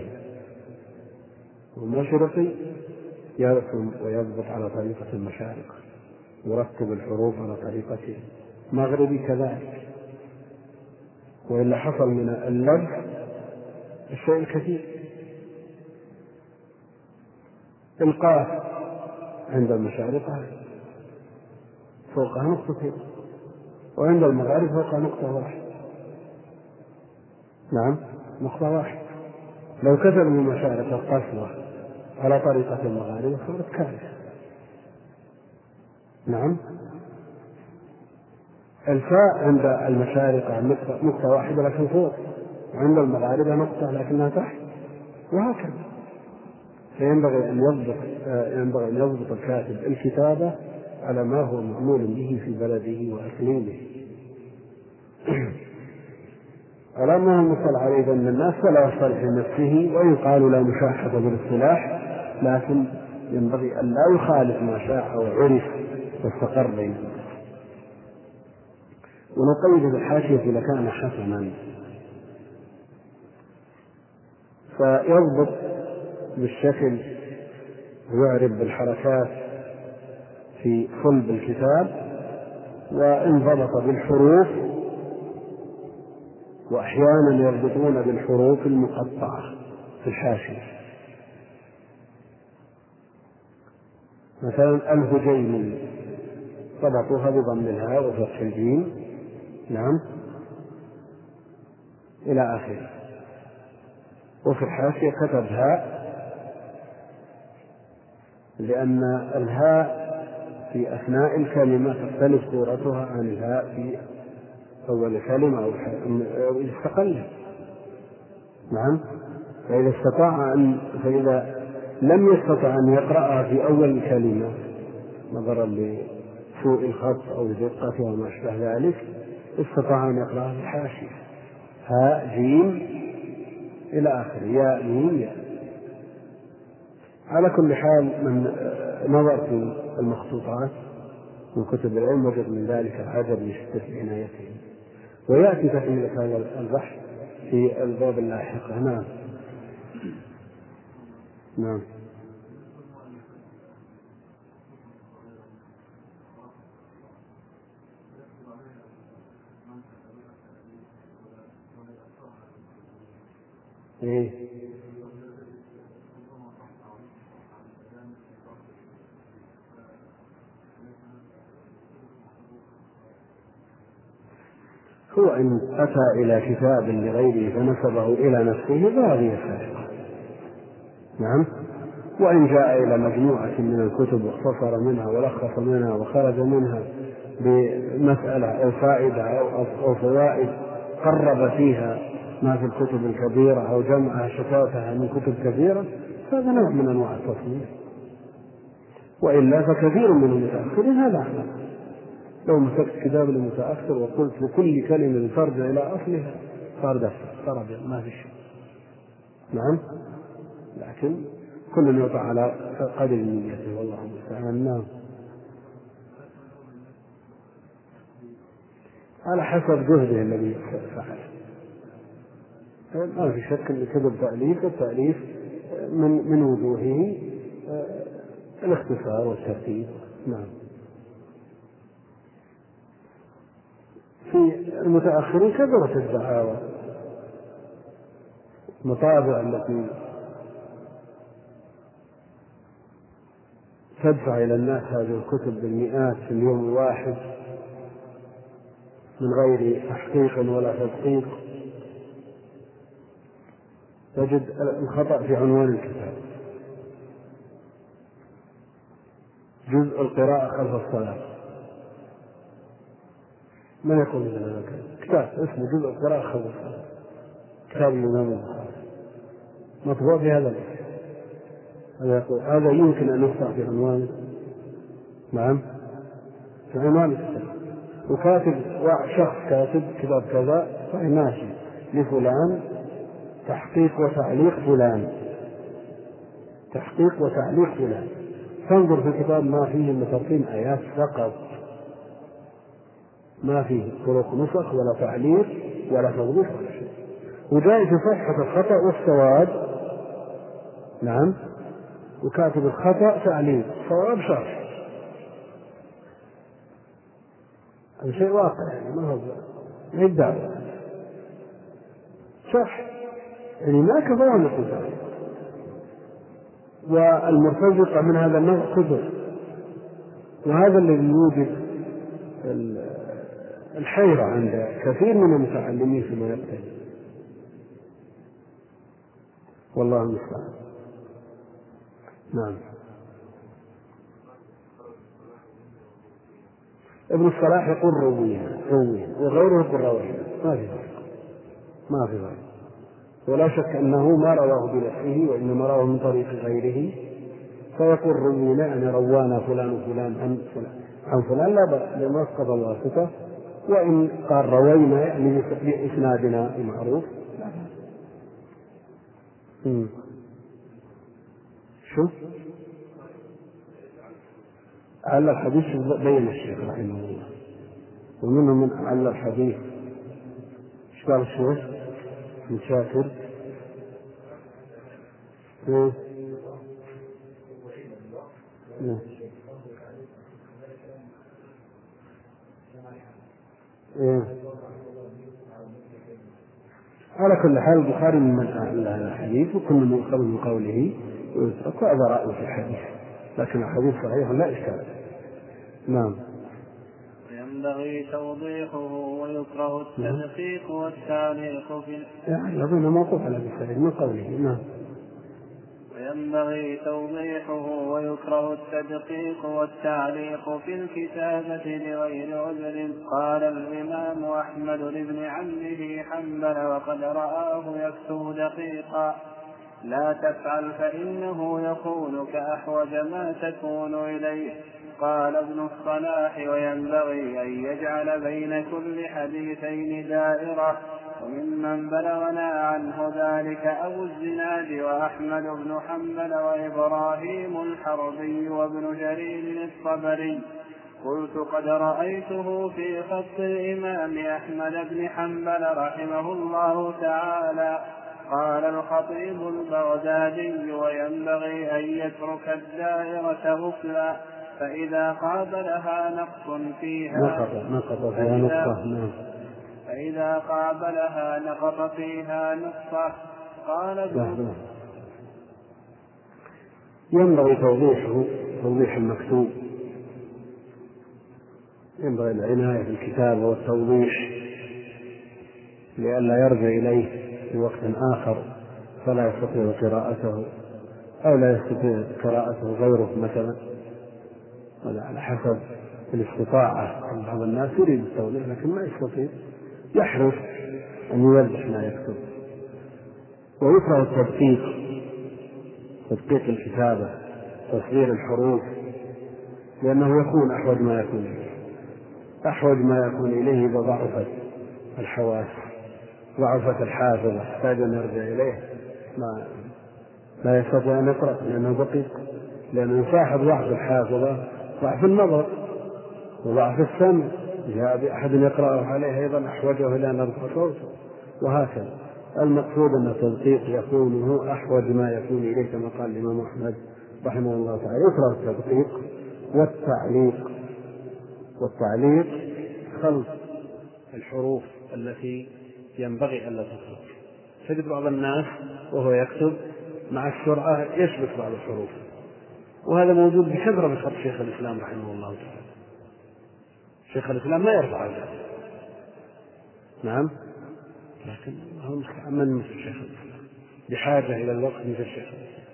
والمشرقي يرسم ويضبط على طريقة المشارق، يرتب الحروف على طريقته. مغربي كذلك، وإلا حصل من اللبس الشيء الكثير. القاف عند المشارقة فوقها نقطتين، وعند المغارب فوقها نقطة واحدة. نعم نقطة واحدة. لو كتب من المشارق القصوى على طريقة المغارب صارت كارثة. نعم. الفاء عند المشارقة نقطة واحدة لكن فوق، وعند المغاربة نقطة لكنها تحت، وهكذا. فينبغي أن يضبط ينبغي أن يضبط الكاتب الكتابة على ما هو معمول به في بلده وإقليمه. على ما هو مصطلح عليه بين الناس فلا يصطلح لنفسه، وإن قالوا لا مشاحة بالاصطلاح لكن ينبغي أن لا يخالف ما شاع وعرف واستقر بين الناس. ونقيد بالحاشية لكان حسنا، فيضبط بالشكل ويعرف بالحركات في صلب الكتاب، وإن ضبط بالحروف، وأحيانا يربطون بالحروف المقطعة في الحاشية. مثلا الهجين ضبطوها بضم الهاء وفتح الجيم، نعم، إلى آخره. وفي الحاشية كتب هاء، لأن الهاء في أثناء الكلمة تختلف صورتها عن الهاء في أول كلمة أو استقل. نعم. فإذا استطاع أن فإذا لم يستطع أن يقرأها في أول الكلمة نظرا لسوء الخط أو دقتها وما أشبه ذلك، استطاع أن يقرأها في الحاشية هاء جيم إلى آخره، ياء ميم ياء. على كل حال من نظر في المخطوطات من كتب العلم وجد من ذلك العجب يشتت عنايته، ويأتي تكملة هذا البحث في الباب اللاحقة. نعم نعم إيه؟ هو إن أتى إلى كتاب لغيره فنسبه إلى نفسه فهذه سرقة. نعم. وإن جاء إلى مجموعة من الكتب واختصر منها ولخص منها وخرج منها بمسألة أو فائدة أو فوائد قرب فيها ما في الكتب الكبيرة أو جمعها شتاتها من كتب كثيرة، هذا نوع من أنواع التصنيف. وإلا فكثير من المتأخرين هذا عمل. لو مسكت كتاب المتأخر وقلت لكل كلمة ترجع إلى أصلها صار دفتر صار ما في شيء. نعم. لكن كل يعطى على قدر نيته والله المستعان. نعم. على حسب جهده الذي فعل. ما في شك أن كتب تأليف والتأليف من من وجوهه الاختصار والترتيب. نعم. في المتأخرين كثرت الدعاوى، مطابع التي تدفع إلى الناس هذه الكتب بالمئات في اليوم الواحد من غير تحقيق ولا تدقيق. تجد الخطأ في عنوان الكتاب، جزء القراءة خلف الصلاة. من يقول لنا كتاب اسمه جزء القراءة خلف الصلاة، كتاب الإمام البخاري مطبوع في هذا الوقت. هذا يقول هذا يمكن أن يخطأ في عنوان. نعم. في عنوان الكتاب وكاتب شخص كاتب كتاب كذا صحيح ماشي لفلان تحقيق وتعليق فلان، تحقيق وتعليق فلان. تنظر في الكتاب ما فيه إلا ترقيم آيات فقط، ما فيه طرق نسخ ولا تعليق ولا توضيح ولا شيء. وجاء في صفحة الخطأ والصواب. نعم. وكاتب الخطأ تعليق صواب شرح. هذا شيء واقع يعني ما هو ما يدعي شرح يعني ما كفاهم الكتاب. والمرتزقة من هذا النوع كثر، وهذا الذي يوجد الحيرة عند كثير من المتعلمين فيما يقتضي. والله المستعان. نعم. ابن الصلاح يقول روينا روينا وغيره يقول روينا، ما في فرق ما في فرق. ولا شك أنه ما رواه بنفسه وإنما رواه من طريق غيره، فيقول روينا يعني روانا فلان وفلان عن فلان عن فلان لا بأس لما اسقط الواسطة. وإن قال روينا يعني بإسنادنا المعروف لا بأس. شو على الحديث بين الشيخ رحمه الله، ومنهم من على الحديث ايش قال الشيخ من شاكر؟ ايه ايه ايه. على كل حال البخاري من أعلى هذا الحديث وكل من يؤخذ من قوله ويترك، وهذا رأي في الحديث، لكن الحديث صحيح لا إشكال. نعم. وينبغي توضيحه ويكره التدقيق والتعليق في يعني أظن موقوف على البخاري من قوله. نعم. وينبغي توضيحه ويكره التدقيق والتعليق في الكتابة لغير عذر. قال الإمام أحمد لابن عمه حنبل وقد رآه يكتب دقيقا: لا تفعل فإنه يكونك أحوج ما تكون إليه. قال ابن الصلاح: وينبغي أن يجعل بين كل حديثين دائرة وممن بلغنا عنه ذلك أبو الزناد وأحمد بن حنبل وإبراهيم الحربي وابن جرير الطبري. قلت قد رأيته في خط الإمام أحمد بن حنبل رحمه الله تعالى. قال الخطيب البغدادي: وينبغي أن يترك الدائرة أفلا، فإذا قابلها نقص فيها نقص فيها نقصة فإذا قابلها نقص فيها نقصة. قال ابن ينبغي توضيحه توضيح المكتوب، ينبغي العناية بالكتابة والتوضيح لئلا يرجع إليه في وقت آخر فلا يستطيع قراءته أو لا يستطيع قراءته غيره مثلا، ولا على حسب الاستطاعة. بعض الناس يريد التوضيح لكن ما يستطيع، يحرص أن يوضح ما يكتب. ويكره التدقيق، تدقيق الكتابة، تصغير الحروف، لأنه يكون أحوج ما يكون إليه أحوج ما يكون إليه إذا ضعفت الحواس، ضعفت الحافظة، يحتاج أن يرجع إليه ما لا يستطيع أن يقرأ لأنه دقيق، لأنه يصاحب ضعف الحافظة ضعف النظر وضعف السمع. جاء بأحد يقرأه عليه أيضا أحوجه إلى أن يرفع صوته، وهكذا. المقصود أن التدقيق يكون هو أحوج ما يكون إليه كما قال الإمام أحمد رحمه الله تعالى. يكره التدقيق والتعليق، والتعليق خلط الحروف التي ينبغي ألا تخلط. تجد بعض الناس وهو يكتب مع السرعة يشبك بعض الحروف، وهذا موجود بكثرة من خط شيخ الإسلام رحمه الله تعالى. شيخ الإسلام ما يرفع هذا، نعم، لكن هو مستعمل مثل شيخ الإسلام، بحاجة إلى الوقت مثل شيخ الإسلام.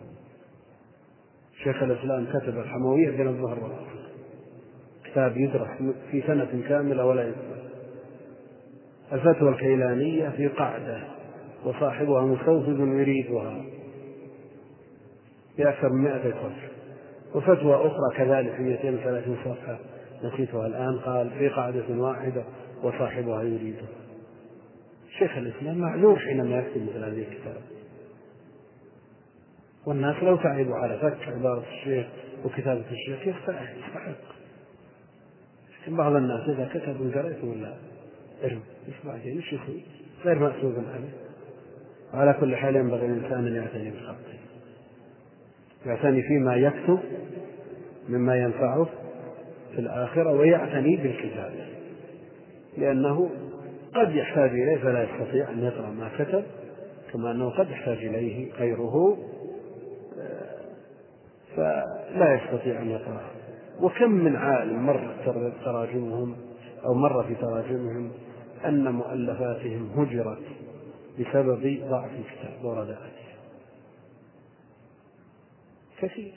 شيخ الإسلام كتب الحموية بين الظهر والعصر، كتاب يدرس في سنة كاملة ولا ينسى. الفتوى الكيلانية في قاعدة وصاحبها مستوفز يريدها بأكثر من مائة صفحة، وفتوى أخرى كذلك في مئتين وثلاثين صفحة نسيتها الآن، قال في قاعدة واحدة وصاحبها يريدها. شيخ الإسلام معذور حينما يكتب مثل هذه الكتاب، والناس لو تعبوا على فك عبارة الشيخ وكتابة الشيخ يستحق. بعض الناس إذا كتب من قرأته ولا ارم يسمع جيد مش يسوي غير مأسوب عليه. وعلى كل حال ينبغي الإنسان أن يعتني بخطه، يعتني فيما يكتب مما ينفعه في الآخرة، ويعتني بالكتابة، لأنه قد يحتاج إليه فلا يستطيع أن يقرأ ما كتب، كما أنه قد يحتاج إليه غيره فلا يستطيع أن يقرأ. وكم من عالم مر تراجمهم أو مر في تراجمهم أن مؤلفاتهم هجرت بسبب ضعف الكتاب ورداءته كثير.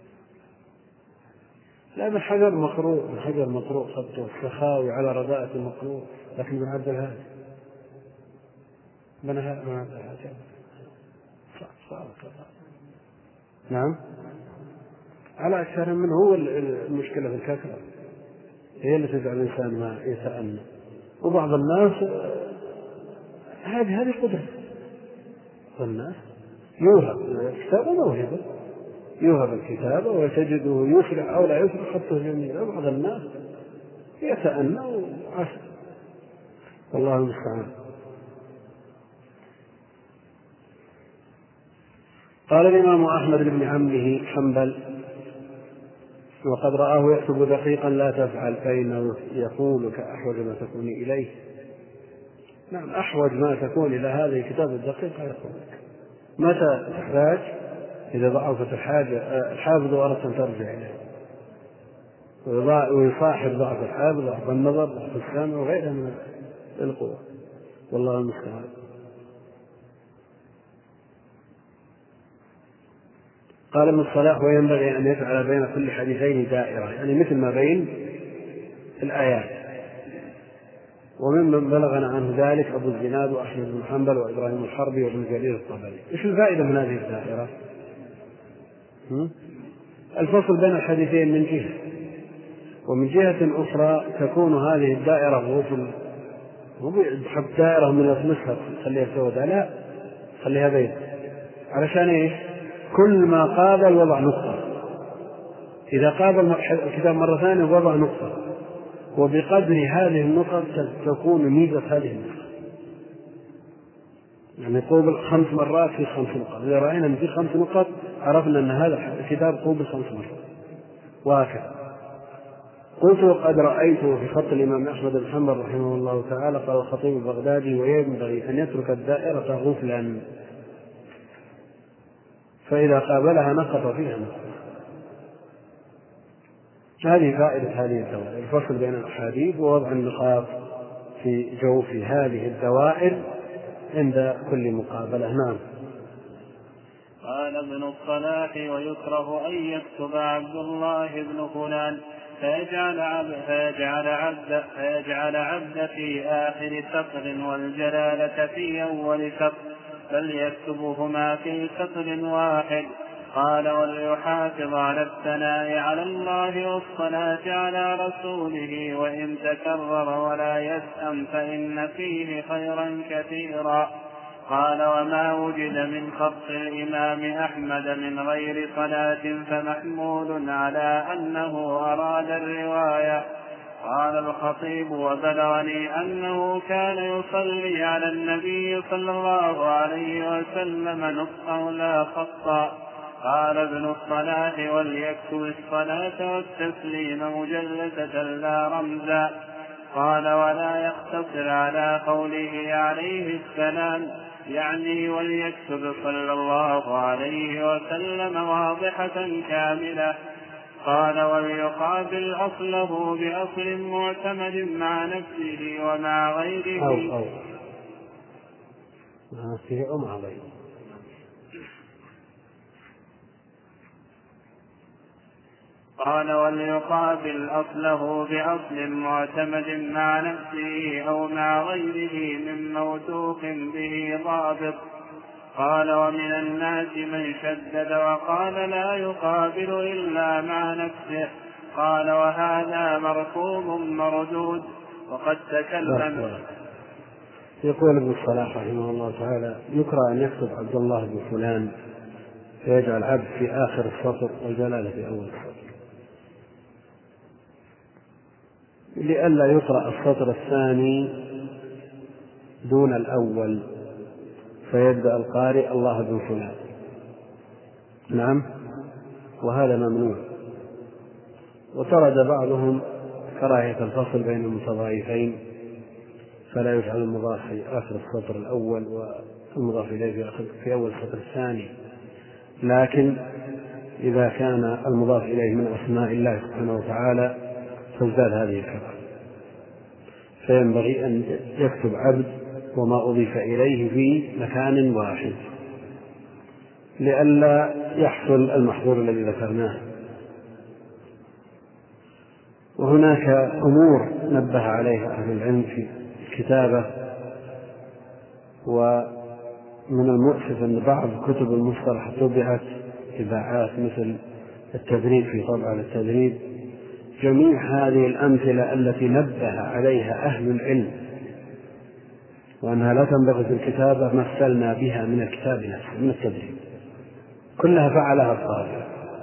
لا، ابن حجر مقروء، ابن حجر مقروء خطه، السخاوي على رداءة مقروء، لكن ابن عبد الهادي ابن عبد الهادي صار كذا. نعم، على أكثر منه. هو المشكلة في الكثرة هي اللي تجعل الإنسان ما يتأنى. وبعض الناس هذه هذه قدرة، والناس يوهب الكتابة موهبة، يوهب الكتابة وتجده يسرع أو لا يسرع خطه جميل. وبعض الناس يتأنى وعسى، والله المستعان. قال الإمام أحمد بن عمه حنبل: وقد رآه يكتب دقيقا لا تفعل، فإنه يقول كأحوج ما تكون إليه. نعم، أحوج ما تكون إلى هذه الكتاب الدقيقة يقول متى تحتاج، إذا ضعفت الحاجة الحافظ وأردت أن ترجع إليه، ويصاحب ضعف الحافظ ضعف النظر ضعف السمع وغيرها من القوة، والله المستعان. قال ابن الصلاح: وينبغي أن يجعل بين كل حديثين دائرة، يعني مثل ما بين الآيات. وممن بلغنا عنه ذلك أبو الزناد وأحمد بن حنبل وإبراهيم الحربي وابن جرير الطبري. إيش الفائدة من هذه الدائرة؟ الفصل بين الحديثين من جهة، ومن جهة أخرى تكون هذه الدائرة غفل مو بحط دائرة من يطمسها خليها سوداء، لا خليها بيض. علشان ايش؟ كل ما قابل وضع نقطة، إذا قابل الكتاب مرة ثانية وضع نقطة، وبقدر هذه النقط تكون ميزة هذه النقطة. يعني قوبل خمس مرات في خمس نقط، إذا رأينا أن في خمس نقط عرفنا أن هذا الكتاب قوبل خمس مرات، وهكذا. قلت وقد رأيته في خط الإمام أحمد بن حنبل رحمه الله تعالى قال الخطيب البغدادي: وينبغي أن يترك الدائرة غفلا، فإذا قابلها نقط فيها نقط. هذه فائدة هذه الدوائر، الفصل بين الأحاديث ووضع النقاط في جوف هذه الدوائر عند كل مقابلة. نعم. قال ابن الصلاح: ويكره أن يكتب عبد الله بن فلان فيجعل عبد, فيجعل عبد, فيجعل عبد في آخر سطر والجلالة في أول سطر، بل يكتبهما في سطر واحد. قال: وليحافظ على الثناء على الله والصلاة على رسوله وإن تكرر ولا يسأم فإن فيه خيرا كثيرا. قال: وما وجد من خط الإمام أحمد من غير صلاة فمحمول على أنه أراد الرواية. قال الخطيب: وبلغني أنه كان يصلي على النبي صلى الله عليه وسلم نطقا لا خطا. قال ابن الصلاح: وليكتب الصلاة والتسليم مجلدة لا رمزا. قال: ولا يقتصر على قوله عليه السلام، يعني وليكتب صلى الله عليه وسلم واضحة كاملة. قال: وليقابل أصله بأصل معتمد مع نفسه ومع غيره أو أو مع نفسه أو مع غيره. قال: وليقابل أصله بأصل معتمد مع نفسه أو مع غيره من موثوق به ضابط. قال: ومن الناس من شدد وقال لا يقابل إلا مع نفسه. قال: وهذا مرفوض مردود. وقد تكلم. يقول ابن الصلاح رحمه الله تعالى: يكره أن يكتب عبد الله بن فلان فيجعل عبد في آخر السطر والجلالة في أول السطر، لئلا يقرأ السطر الثاني دون الأول فيبدأ القارئ الله بن فلان. نعم، وهذا ممنوع. وطرد بعضهم كراهية الفصل بين المتضايفين، فلا يجعل المضاف في آخر السطر الأول والمضاف إليه في, آخر في أول السطر الثاني، لكن إذا كان المضاف إليه من أسماء الله سبحانه وتعالى فازداد هذه الكثرة، فينبغي أن يكتب عبد وما أضيف إليه في مكان واحد لئلا يحصل المحظور الذي ذكرناه. وهناك أمور نبه عليها أهل العلم في الكتابة، ومن المؤسف أن بعض كتب المصطلح طبعت طباعات مثل التدريب في طبعة التدريب. جميع هذه الأمثلة التي نبه عليها أهل العلم وأنها لا تنبغي في الكتابة مثلنا بها من الكتاب نفسه من التدريب، كلها فعلها الطالب.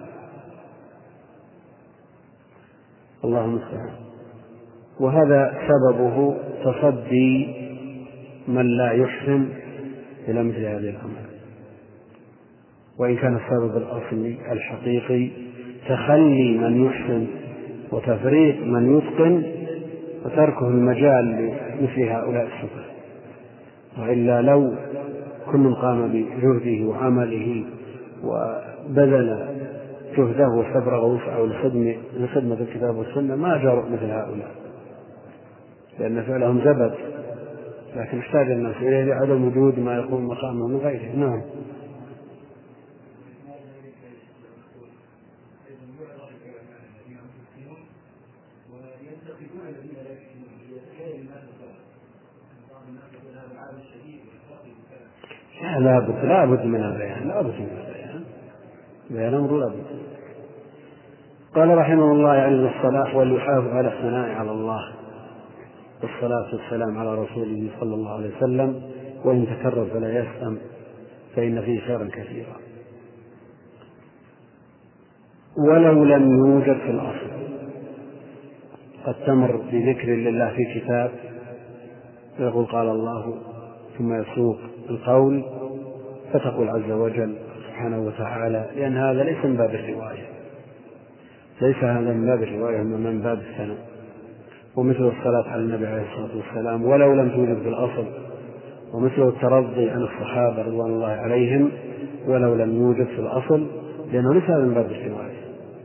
اللهم المستعان. وهذا سببه تصدي من لا يحسن إلى مثل هذه الأمر، وإن كان السبب الأصلي الحقيقي تخلي من يحسن وتفريق من يتقن وتركه المجال لمثل هؤلاء السفهاء. وإلا لو كل قام بجهده وعمله وبذل جهده واستفرغ وسعه لخدمة الكتاب والسنة ما جرؤ مثل هؤلاء، لأن فعلهم زبد، لكن احتاج الناس إليه لعدم وجود ما يقوم مقامه من غيره. نعم. لا بد لا بد من البيان لا بد من البيان بيان أمر لا بد. قال رحمه الله يعني الصلاح: وليحافظ على الثناء على الله والصلاة والسلام على رسوله صلى الله عليه وسلم، وإن تكرر فلا يسأم فإن فيه خيرا كثيرا. ولو لم يوجد في الأصل، قد تمر بذكر لله في كتاب يقول قال الله ثم يسوق القول فتقول عز وجل سبحانه وتعالى، لأن هذا ليس من باب الرواية، ليس هذا من باب الرواية من باب الثناء. ومثل الصلاة على النبي عليه الصلاة والسلام ولو لم توجد في الأصل، ومثل الترضي عن الصحابة رضوان الله عليهم ولو لم يوجد في الأصل، لأنه ليس هذا من باب الرواية.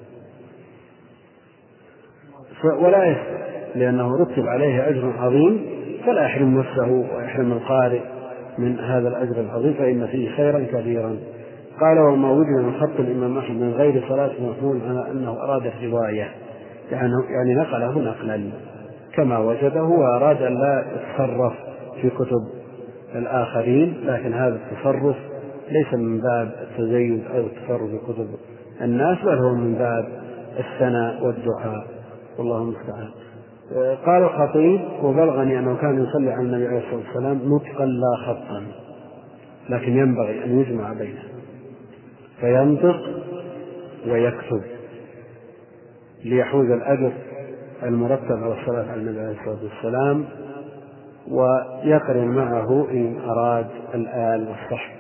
ولا يسأل لأنه رتب عليه أجر عظيم، فلا يحرم نفسه ويحرم القارئ من هذا الأجر العظيم، فإن فيه خيرا كثيرا. قال وما وجد من خط الإمام أحمد من غير صلاة محمول على أنه أراد الرواية، يعني نقله نقلا كما وجده، وأراد أن لا يتصرف في كتب الآخرين، لكن هذا التصرف ليس من باب التزيد أو التصرف في كتب الناس، بل هو من باب الثناء والدعاء، والله المستعان. قال الخطيب وبلغني أنه كان يصلي على النبي عليه الصلاة والسلام نطقا لا خطا، لكن ينبغي أن يجمع بينه، فينطق ويكتب ليحوز الأجر المرتب على الصلاة على النبي عليه الصلاة والسلام، ويقرن معه إن أراد الآل والصحب.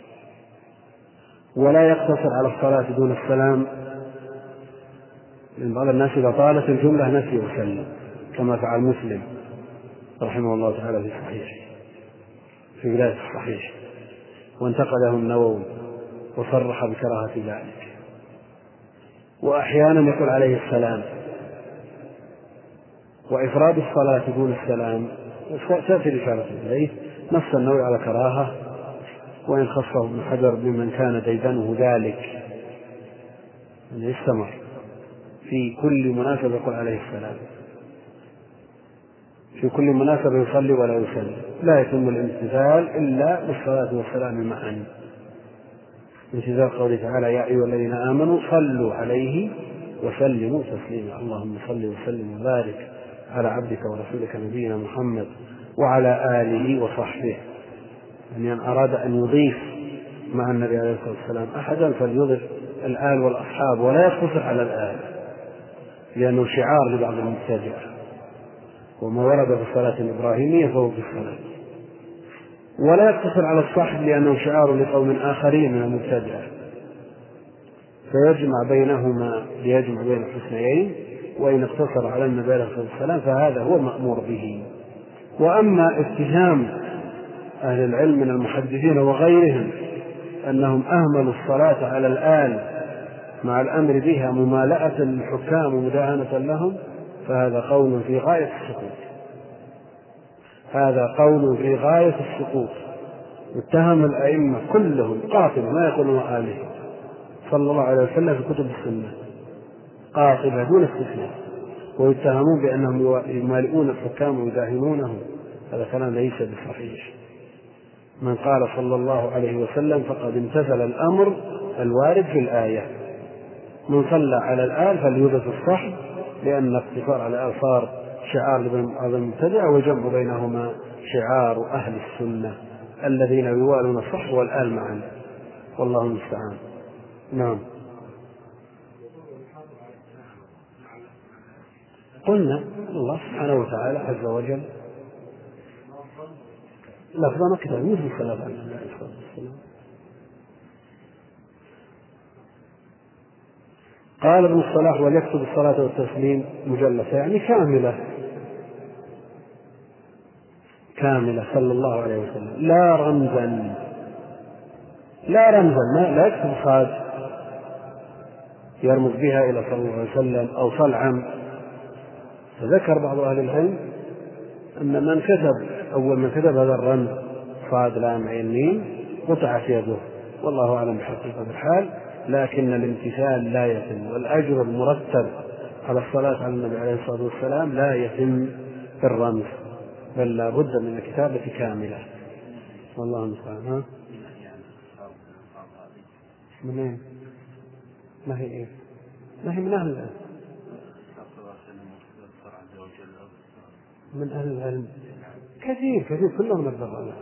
ولا يقتصر على الصلاة دون السلام، لأن بعض الناس إذا طالت الجملة نسي وسلم، كما فعل مسلم رحمه الله تعالى في صحيحه في بداية الصحيح، وانتقده النووي وصرح بكراهة ذلك. وأحيانا يقول عليه السلام. وإفراد الصلاة دون السلام تأتي الإشارة إليه، نص النووي على كراهة، وإن خصه ابن حجر بمن كان ديدنه ذلك أن يستمر في كل مناسبة يقول عليه السلام، في كل مناسبة يصلي ولا يسلم، لا يتم الامتثال إلا بالصلاة والسلام معا. امتثال قوله تعالى يا أيها الذين آمنوا صلوا عليه وسلموا تسليما، اللهم صل وسلم وبارك على عبدك ورسولك نبينا محمد وعلى آله وصحبه. يعني أن أراد أن يضيف مع النبي عليه الصلاة والسلام أحدا فليضف الآل والأصحاب، ولا يقتصر على الآل لأنه شعار لبعض المبتدعة، وما ورد في الصلاة الإبراهيمية فهو في الصلاة. ولا يقتصر على الصحب لأنه شعار لقوم آخرين من المبتدعة، فيجمع بينهما ليجمع بين الحسنيين. وإن اقتصر على النبي عليه الصلاة والسلام فهذا هو مأمور به. وأما اتهام أهل العلم من المحدثين وغيرهم أنهم أهملوا الصلاة على الآل مع الأمر بها ممالأة للحكام ومداهنة لهم، فهذا قول في غاية السقوط، هذا قول في غاية السقوط. اتهم الأئمة كلهم قاطبة ما يقولون آله صلى الله عليه وسلم في كتب السنة قاطبة دون استثناء، ويتهمون بأنهم يمالئون الحكام ويداهنونهم، هذا كلام ليس بصحيح. من قال صلى الله عليه وسلم فقد امتثل الأمر الوارد في الآية، من صلى على الآل فليضف الصحب، لأن الاقتصار على الآل صار شعار لبعض المبتدع، وجمع بينهما شعار أهل السنة الذين يوالون الصحب والآل معا، والله المستعان. نعم. قلنا الله سبحانه وتعالى عز وجل لفظنا كتاب مثل الصلاة على النبي عليه الصلاة والسلام. قال ابن الصلاح وليكتب الصلاة والتسليم مجلسة، يعني كاملة كاملة صلى الله عليه وسلم، لا رمزا لا رمزا لا يكتب صاد يرمز بها إلى صلى الله عليه وسلم أو صلعا. فذكر بعض أهل العلم أن من كتب أول من كتب هذا الرمز صاد لام عين ميم قطعت يده، والله أعلم بحقيقة الحال، لكن الامتثال لا يتم، والأجر المرتب على الصلاة على النبي عليه الصلاة والسلام لا يتم بالرمز، بل لا بد من الكتابة كاملة، والله المستعان. منين؟ ما هي إيه؟ ما هي من أهل العلم. من أهل العلم كثير كثير كلهم نبغوا له.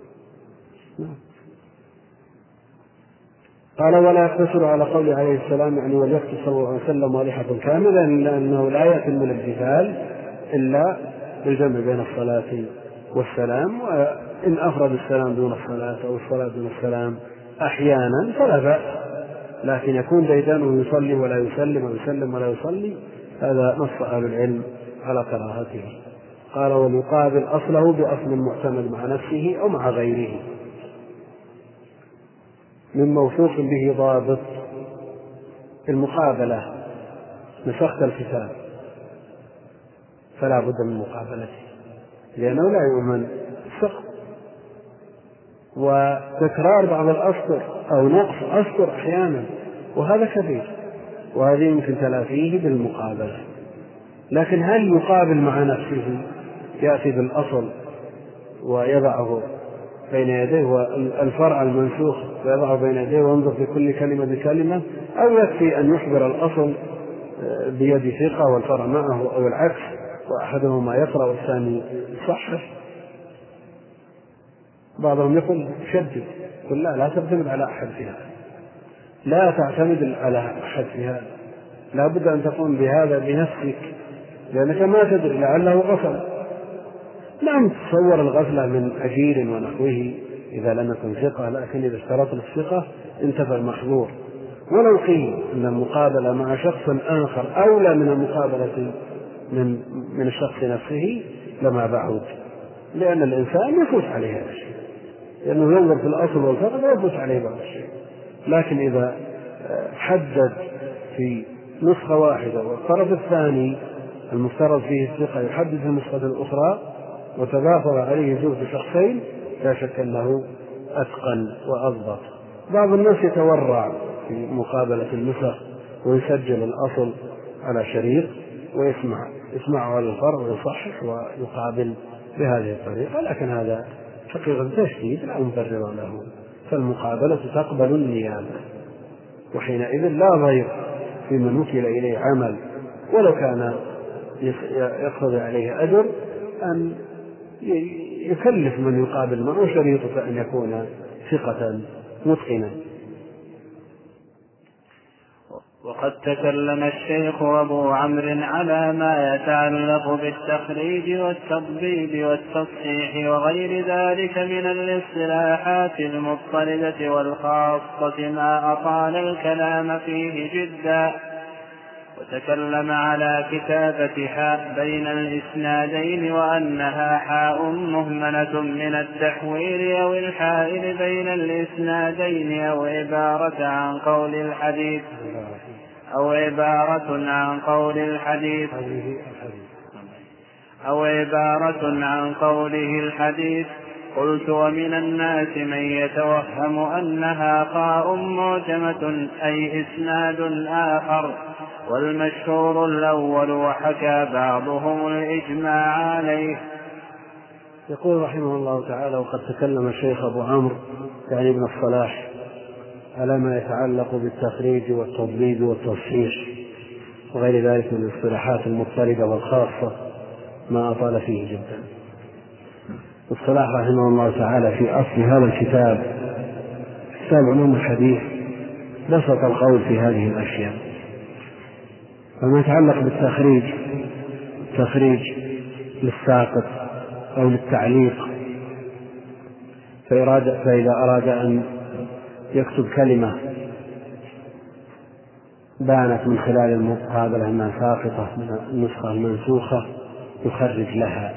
قال ولا يقتصر على قول عليه السلام يعني وليقتصر صلى الله عليه وسلم والحة كاملة، لأنه لا يتم الامتثال إلا بالجمع بين الصلاة والسلام، وإن أفرد السلام دون الصلاة أو الصلاة دون السلام أحيانا فلا بأس، لكن يكون ديدانه يصلي ولا يسلم ويسلم ولا يصلي هذا نص أهل العلم على كراهته. قال وليقابل أصله بأصل معتمد مع نفسه أو مع غيره من موثوق به ضابط. المقابلة نسخت الكتاب فلا بد من مقابلته لأنه لا يؤمن السقط، وتكرار بعض الأسطر أو نقص أسطر أحيانا وهذا كبير، وهذه يمكن تلافيه بالمقابلة. لكن هل يقابل مع نفسه يأتي بالأصل ويضعه بين يديه والفرع المنسوخ ويضعه بين يديه وينظر في كل كلمة بكلمة، أو يكفي أن يحضر الأصل بيد ثقة والفرع معه أو العكس وأحدهما يقرأ والثاني يصحح؟ بعضهم يقول شدد، قل لا لا تعتمد على أحد في هذا، لا تعتمد على أحد في هذا، لا بد أن تقوم بهذا بنفسك لأنك ما تدري لعله غفل. نعم تصور الغفلة من أجير ونحوه إذا لم يكن ثقة، لكن إذا اشترط الثقة انتفى المحظور. ولو قيل أن المقابلة مع شخص آخر أولى من المقابلة من من الشخص نفسه لما بعد، لأن الإنسان يفوت عليه هذا الشيء، لأنه ينظر في الأصل والفرع ويفوت عليه بعض الشيء. لكن إذا حدد في نسخة واحدة والطرف الثاني المفترض فيه الثقة يحدد في النسخة الأخرى وتضافر عليه جهد شخصين لا شك أنه أتقن وأضبط. بعض الناس يتورع في مقابلة النسخ ويسجل الأصل على شريط ويسمع يسمعه على الفرع ويصحح ويقابل بهذه الطريقة، لكن هذا حقيقة تشديد لا مبرر له، فالمقابلة تقبل النيابة، وحينئذ لا ضير في من وكل إليه عمل ولو كان يقتضي عليه أجر أن يكلف من يقابل معه شريطة أن يكون ثقة متقنا. وقد تكلم الشيخ أبو عمرو على ما يتعلق بالتخريج والتضبيب والتصحيح وغير ذلك من الاصطلاحات المضطردة والخاصة ما أطال الكلام فيه جدا، وتكلم على كتابة حاء بين الإسنادين وأنها حاء مهملة من التحويل أو الحائل بين الإسنادين أو عبارة عن قول الحديث أو عبارة عن قول الحديث أو عبارة عن قوله الحديث. قلت ومن الناس من يتوهم أنها خاء معجمة أي إسناد آخر، والمشهور الأول وحكى بعضهم الإجماع عليه. يقول رحمه الله تعالى وقد تكلم الشيخ أبو عمرو يعني ابن الصلاح على ما يتعلق بالتخريج والتضبيب والتصحيح وغير ذلك من الاصطلاحات المضطردة والخاصة ما أطال فيه جدا. الصلاح رحمه الله تعالى في أصل هذا الكتاب كتاب علوم الحديث بسط القول في هذه الأشياء. فما يتعلق بالتخريج تخريج للساقط أو للتعليق، فإذا أراد أن يكتب كلمة بانت من خلال المقابلة أنها ساقطة من النسخة المنسوخة يخرج لها،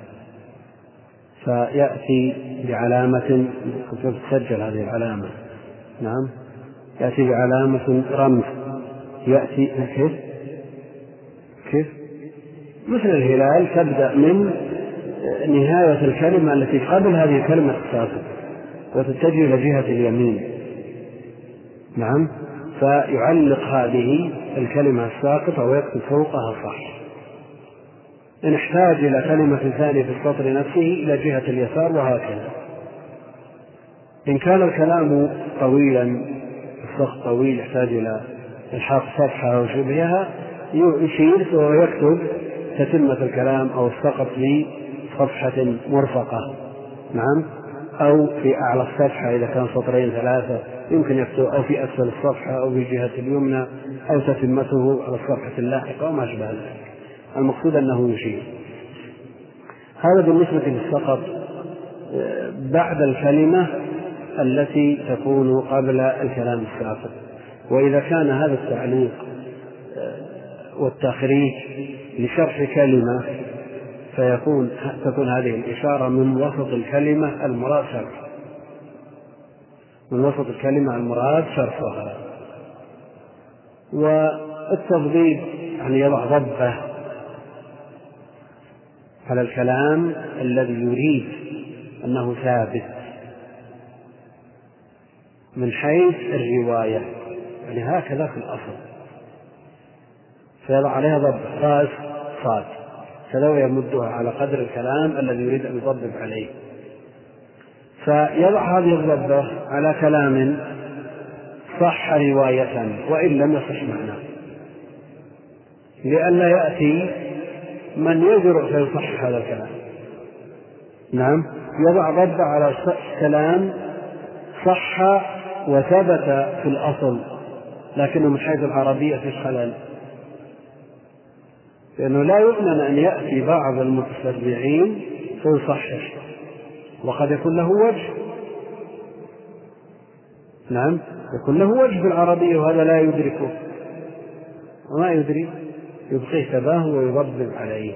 فيأتي بعلامة تسجل هذه العلامة، نعم يأتي بعلامة رمز، يأتي كيف كيف مثل الهلال تبدأ من نهاية الكلمة التي قبل هذه الكلمة الساقطة وتتجه إلى جهة اليمين، نعم فيعلق هذه الكلمة الساقطة ويكتب فوقها صح. إن احتاج إلى كلمة ثانية في السطر نفسه إلى جهة اليسار وهكذا. إن كان الكلام طويلا السطر طويل يحتاج إلى إلحاق صفحة أو شبهها يشير ويكتب تتمة الكلام أو السقط في صفحة مرفقة، نعم، أو في أعلى الصفحة إذا كان سطرين ثلاثة يمكن يكتب، أو في أسفل الصفحة أو في جهة اليمنى، أو تتمته على الصفحة اللاحقة وما شابه ذلك. المقصود أنه يشير. هذا بالنسبة للسقط بعد الكلمة التي تكون قبل الكلام الساقط. وإذا كان هذا التعليق والتخريج لشرح كلمة فيكون تكون هذه الإشارة من وسط الكلمة المراد شرحها، من وسط الكلمة المراد شرحها. والتضبيب يعني يضع ضبة على الكلام الذي يريد أنه ثابت من حيث الرواية، يعني هكذا في الأصل، فيضع عليها ضبة راس صاد كذا ويمدها على قدر الكلام الذي يريد أن يضبب عليه. فيضع هذه الضبة على كلام صح رواية وإن لم يصح معناه، لئلا يأتي من يجرؤ فيصح هذا الكلام. نعم، يضع ضبة على كلام صح وثبت في الأصل لكنه من حيث العربية في خلل، لأنه لا يؤمن أن يأتي بعض المتسرعين فيصحح وقد يكون له وجه، نعم، يكون له وجه في العربية وهذا لا يدركه وما يدري يبقيه تباه ويضبب عليه.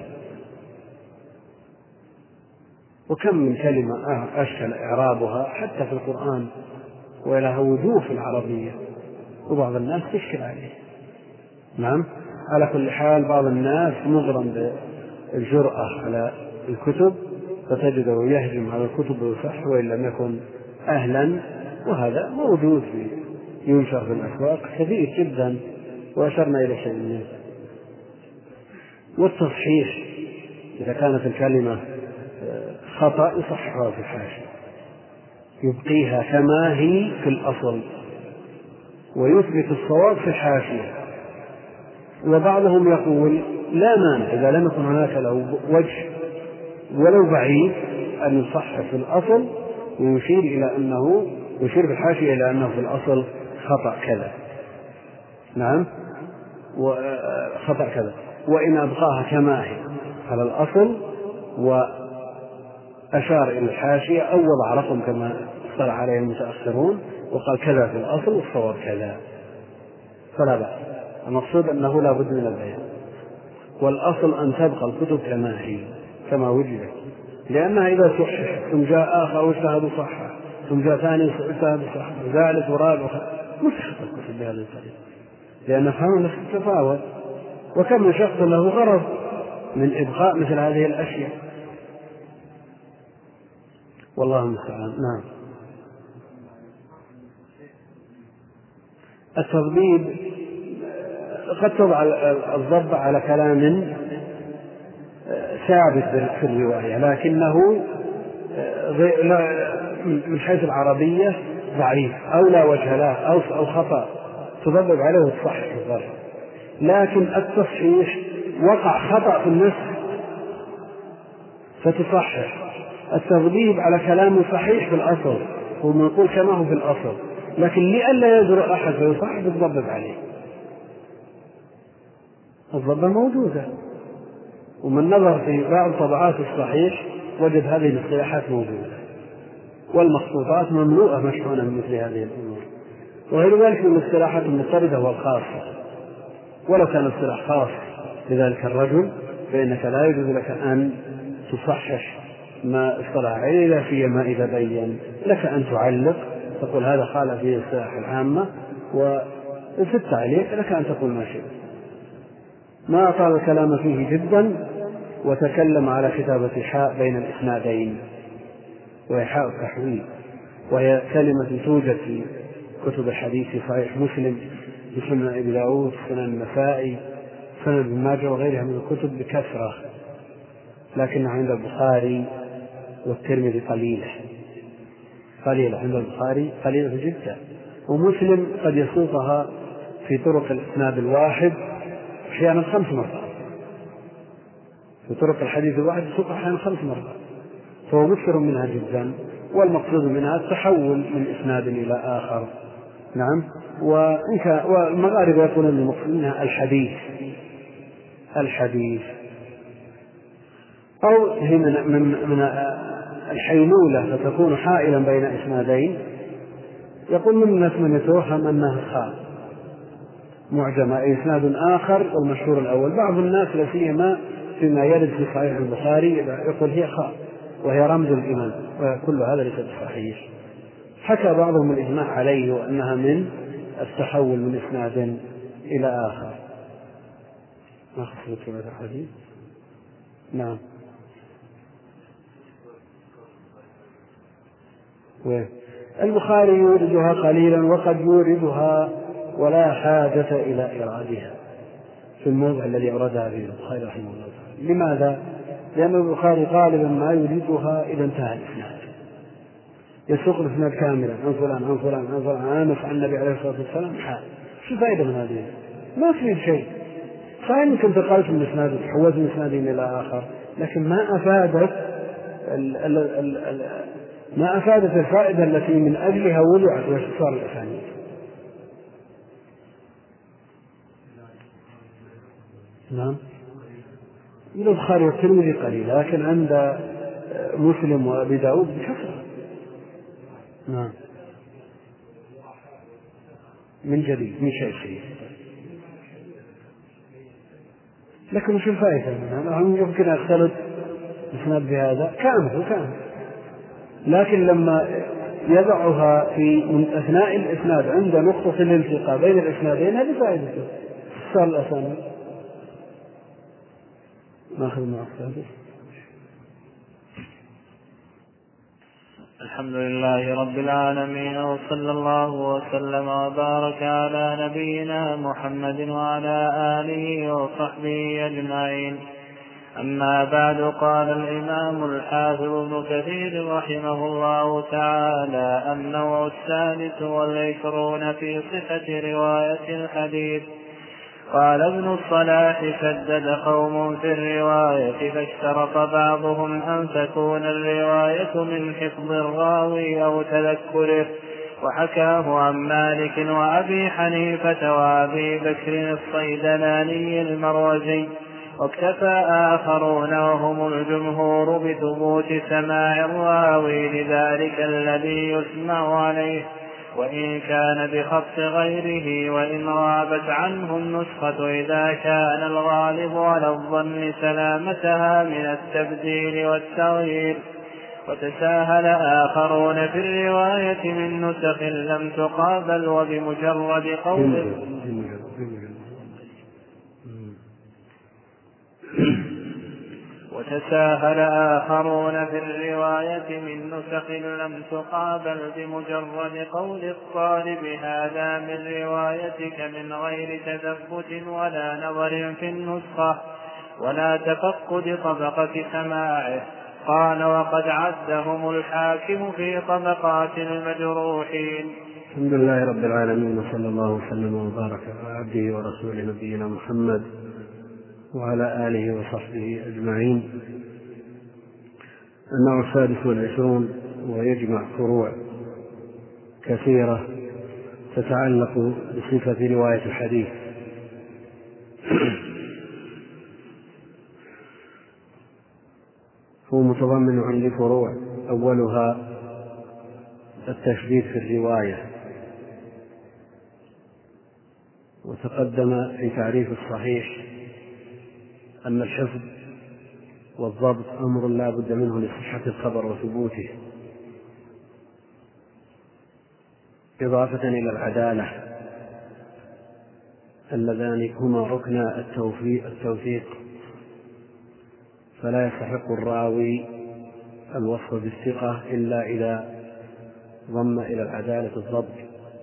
وكم من كلمة أشكل إعرابها حتى في القرآن ولها وجوه في العربية وبعض الناس تشكل عليه. نعم، على كل حال بعض الناس مغرم بالجرأة على الكتب فتجده يهجم على الكتب ويصح وإن لم يكن أهلا، وهذا موجود في ينشر في الأسواق كثير جدا وأشرنا إلى شيء منه. والتصحيح إذا كانت الكلمة خطأ يصححها في الحاشية، يبقيها كما هي في الأصل ويثبت الصواب في الحاشية. وبعضهم يقول لا مانع إذا لم يكن هناك له وجه ولو بعيد أن يصحح في الأصل ويشير إلى أنه يشير في الحاشية إلى أنه في الأصل خطأ كذا، نعم، وخطأ كذا، وإن أبقاها كما هي على الأصل وأشار إلى الحاشية أو وضع رقم كما اصطلح عليه المتأخرون وقال كذا في الأصل والصواب كذا فلا بأس. المقصود أنه لا بد من البيان، والأصل أن تبقى الكتب كما هي كما وجدت، لأنها إذا صحح ثم جاء آخر واجتهد صحة ثم جاء ثاني واجتهد صحة ثالث ورابع مسخت الكتب بهذه الطريقة، لأن فهمنا تتفاوت. وكم من شخص له غرض من إبقاء مثل هذه الأشياء، والله المستعان. نعم. التضبيب قد تضع الضبط على كلام ثابت في الرواية لكنه من حيث العربية ضعيف أو لا وجه له أو خطأ تضبط عليه وتصحح الظرف، لكن التصحيح وقع خطأ في النسخ فتصحح. التضبيب على كلام صحيح في الأصل هو منقول كما هو في الأصل، لكن لئلا يجرؤ أحد فيصحح بالضبط عليه. الضبط موجودة، ومن نظر في بعض طبعات الصحيح وجد هذه الاصطلاحات موجودة، والمخطوطات مملوءة مشحونة من مثل هذه الأمور. وغير ذلك من الاصطلاحات المضطردة والخاصة، ولو كان اصطلاح خاص لذلك الرجل فإنك لا يجوز لك أن تصحح ما اصطلح عليه، لا سيما إذا بين لك أن تعلق تقول هذا خالف فيه الاصطلاح العامة، وفي التعليق لك أن تقول ما شئت. ما أطال الكلام فيه جدا وتكلم على كتابة حاء بين الإسنادين، وهي حاء التحويل، وهي كلمة توجد في كتب الحديث في صحيح مسلم بسنن أبي داود سنن النسائي سنن ابن ماجه وغيرها من الكتب بكثرة، لكن عند البخاري والترمذي قليلة قليلة عند البخاري قليلة جدا، ومسلم قد يسوقها في طرق الإسناد الواحد أحيانا خمس مرات. في طرق الحديث الواحد يسوق أحيانا خمس مرات، فهو مكثر منها جدا، والمقصود منها التحول من إسناد إلى آخر. نعم. والمغاربة يقولون المقصود منها الحديث الحديث أو هي من, من, من الحيلولة، فتكون حائلا بين إسنادين. يقول من الناس من يتوهم أنها خاء معجمة أي إسناد آخر والمشهور الأول. بعض الناس لا سيما فيما يرد في صحيح البخاري يقول هي خاء وهي رمز الإمام، وكل هذا ليس بصحيح. حكى بعضهم الإجماع عليه وأنها من التحول من إسناد إلى آخر. ما خصوص هذا الحديث. نعم. البخاري يوردها قليلا وقد يوردها ولا حاجة إلى إرادها في الموضع الذي أوردها فيه البخاري رحمه الله تعالى. لماذا؟ لأن البخاري غالبا ما يوردها إذا انتهى الإسناد، يسوق الإسناد كاملا عن فلان عن فلان عن فلان عن أنس عن النبي عليه الصلاة والسلام. حال شو فائدة من هذه؟ ما في شيء. صحيح أنك انتقلت من إسناد حولت من إسناد إلى آخر، لكن ما أفادت ال ال ال ال ما أفادت الفائدة التي من أجلها وضعت واختصار الأسانيد. نعم. البخاري والترمذي قليل، لكن عند مسلم وأبي داود بكثرة. نعم. من جديد من شيء شيء. لكن وش الفائدة منها؟ يمكن أختلط إسناد بهذا كامل كامل، لكن لما يضعها في من أثناء الإسناد عند نقطة الالتقاء بين الإسنادين هذه فائدته صار الأسانيد. ناخذ مع السادس. الحمد لله رب العالمين، وصلى الله وسلم وبارك على نبينا محمد وعلى آله وصحبه أجمعين. أما بعد، قال الإمام الحافظ ابن كثير رحمه الله تعالى: النوع الثالث والعشرون في صفة رواية الحديث. قال ابن الصلاح: شدد قوم في الرواية فاشترط بعضهم أن تكون الرواية من حفظ الراوي أو تذكره، وحكاه عن مالك وأبي حنيفة وأبي بكر الصيدلاني المروزي. واكتفى آخرون وهم الجمهور بثبوت سماع الراوي لذلك الذي يسمع عليه، وإن كان بخط غيره، وإن غابت عنه النسخة إذا كان الغالب على الظن سلامتها من التبديل والتغيير. وتساهل آخرون في الرواية من نسخ لم تقابل وبمجرد قول وتساهل آخرون في الرواية من نسخ لم تقابل بمجرد قول الطالب: هذا من روايتك، من غير تثبت ولا نظر في النسخة ولا تفقد طبقة سماعه. قال: وقد عدهم الحاكم في طبقات المجروحين. الحمد لله رب العالمين، وصلى الله وسلم وبارك على عبده ورسوله نبينا محمد وعلى آله وصحبه أجمعين. النوع السادس والعشرون ويجمع فروع كثيرة تتعلق بصفة رواية الحديث. هو متضمن لفروع، أولها التشديد في الرواية، وتقدم في تعريف الصحيح أن الحفظ والضبط أمر لا بد منه لصحة الخبر وثبوته، إضافة إلى العدالة اللذان هما ركنا التوثيق، فلا يستحق الراوي الوصف بالثقة إلا إذا ضم إلى العدالة الضبط،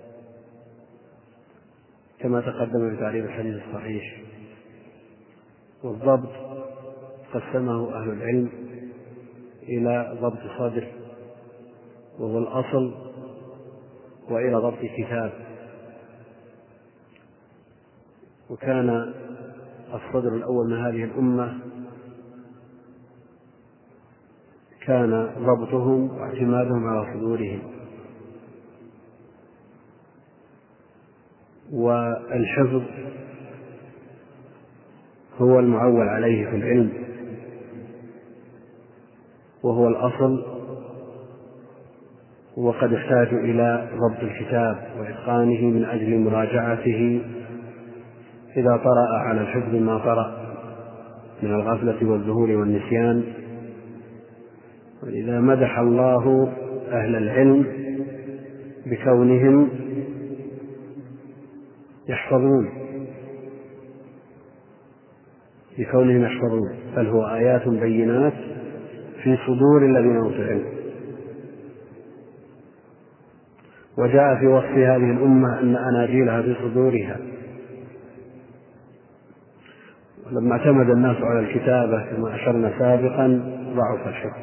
كما تقدم في تعريف الحديث الصحيح. والضبط قسمه أهل العلم إلى ضبط صدر وهو الأصل، وإلى ضبط كتاب. وكان الصدر الأول من هذه الأمة كان ضبطهم واعتمادهم على صدورهم. والحفظ هو المعول عليه في العلم، وهو الأصل، وقد احتاج إلى ضبط الكتاب وإتقانه من أجل مراجعته إذا طرأ على الحفظ ما طرأ من الغفلة والذهول والنسيان. ولذا مدح الله أهل العلم بكونهم يحفظون بكونهم يحفظون بل هو آيات بينات في صدور الذين أوتوا العلم. وجاء في وصف هذه الأمة أن أناجيلها في صدورها. لما اعتمد الناس على الكتابة كما أشرنا سابقا ضعف الحفظ،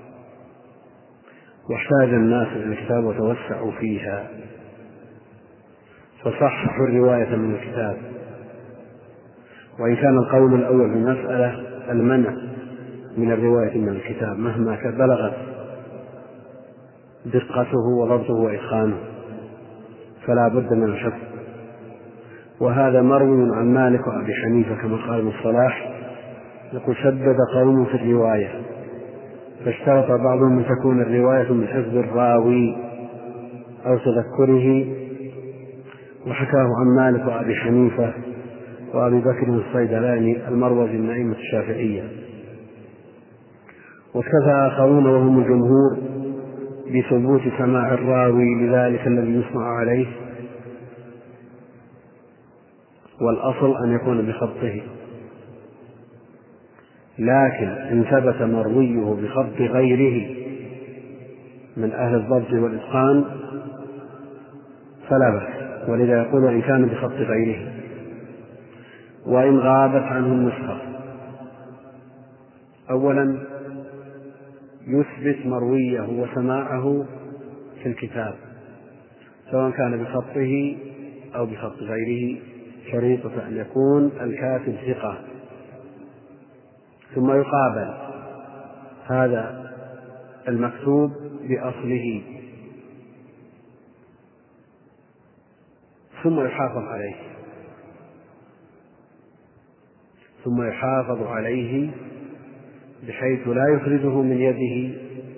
واحتاج الناس إلى الكتاب وتوسعوا فيها، فصححوا الرواية من الكتاب. وإن كان القول الأول في المسألة المنع من الرواية من الكتاب مهما بلغت دقته وضبطه وإتقانه، فلا بد من الحفظ. وهذا مروي عن مالك وأبي حنيفة كما قال ابن الصلاح، يقول شدد قوم في الرواية فاشترط بعضهم أن تكون الرواية من حفظ الراوي أو تذكره، وحكاه عن مالك وأبي حنيفة وأبي بكر الصيدلاني المروزي من أئمة الشافعية. وكفى آخرون وهم الجمهور بثبوت سماع الراوي لذلك الذي يسمع عليه، والأصل أن يكون بخطه. لكن إن ثبت مرويه بخط غيره من أهل الضبط والإتقان فلا بأس، ولذا يقول إن كان بخط غيره. وإن غابت عنه النسخة، أولا يثبت مرويه وسماعه في الكتاب سواء كان بخطه أو بخط غيره، شريطة أن يكون الكاتب ثقة. ثم يقابل هذا المكتوب بأصله، ثم يحافظ عليه ثم يحافظ عليه بحيث لا يخرجه من يده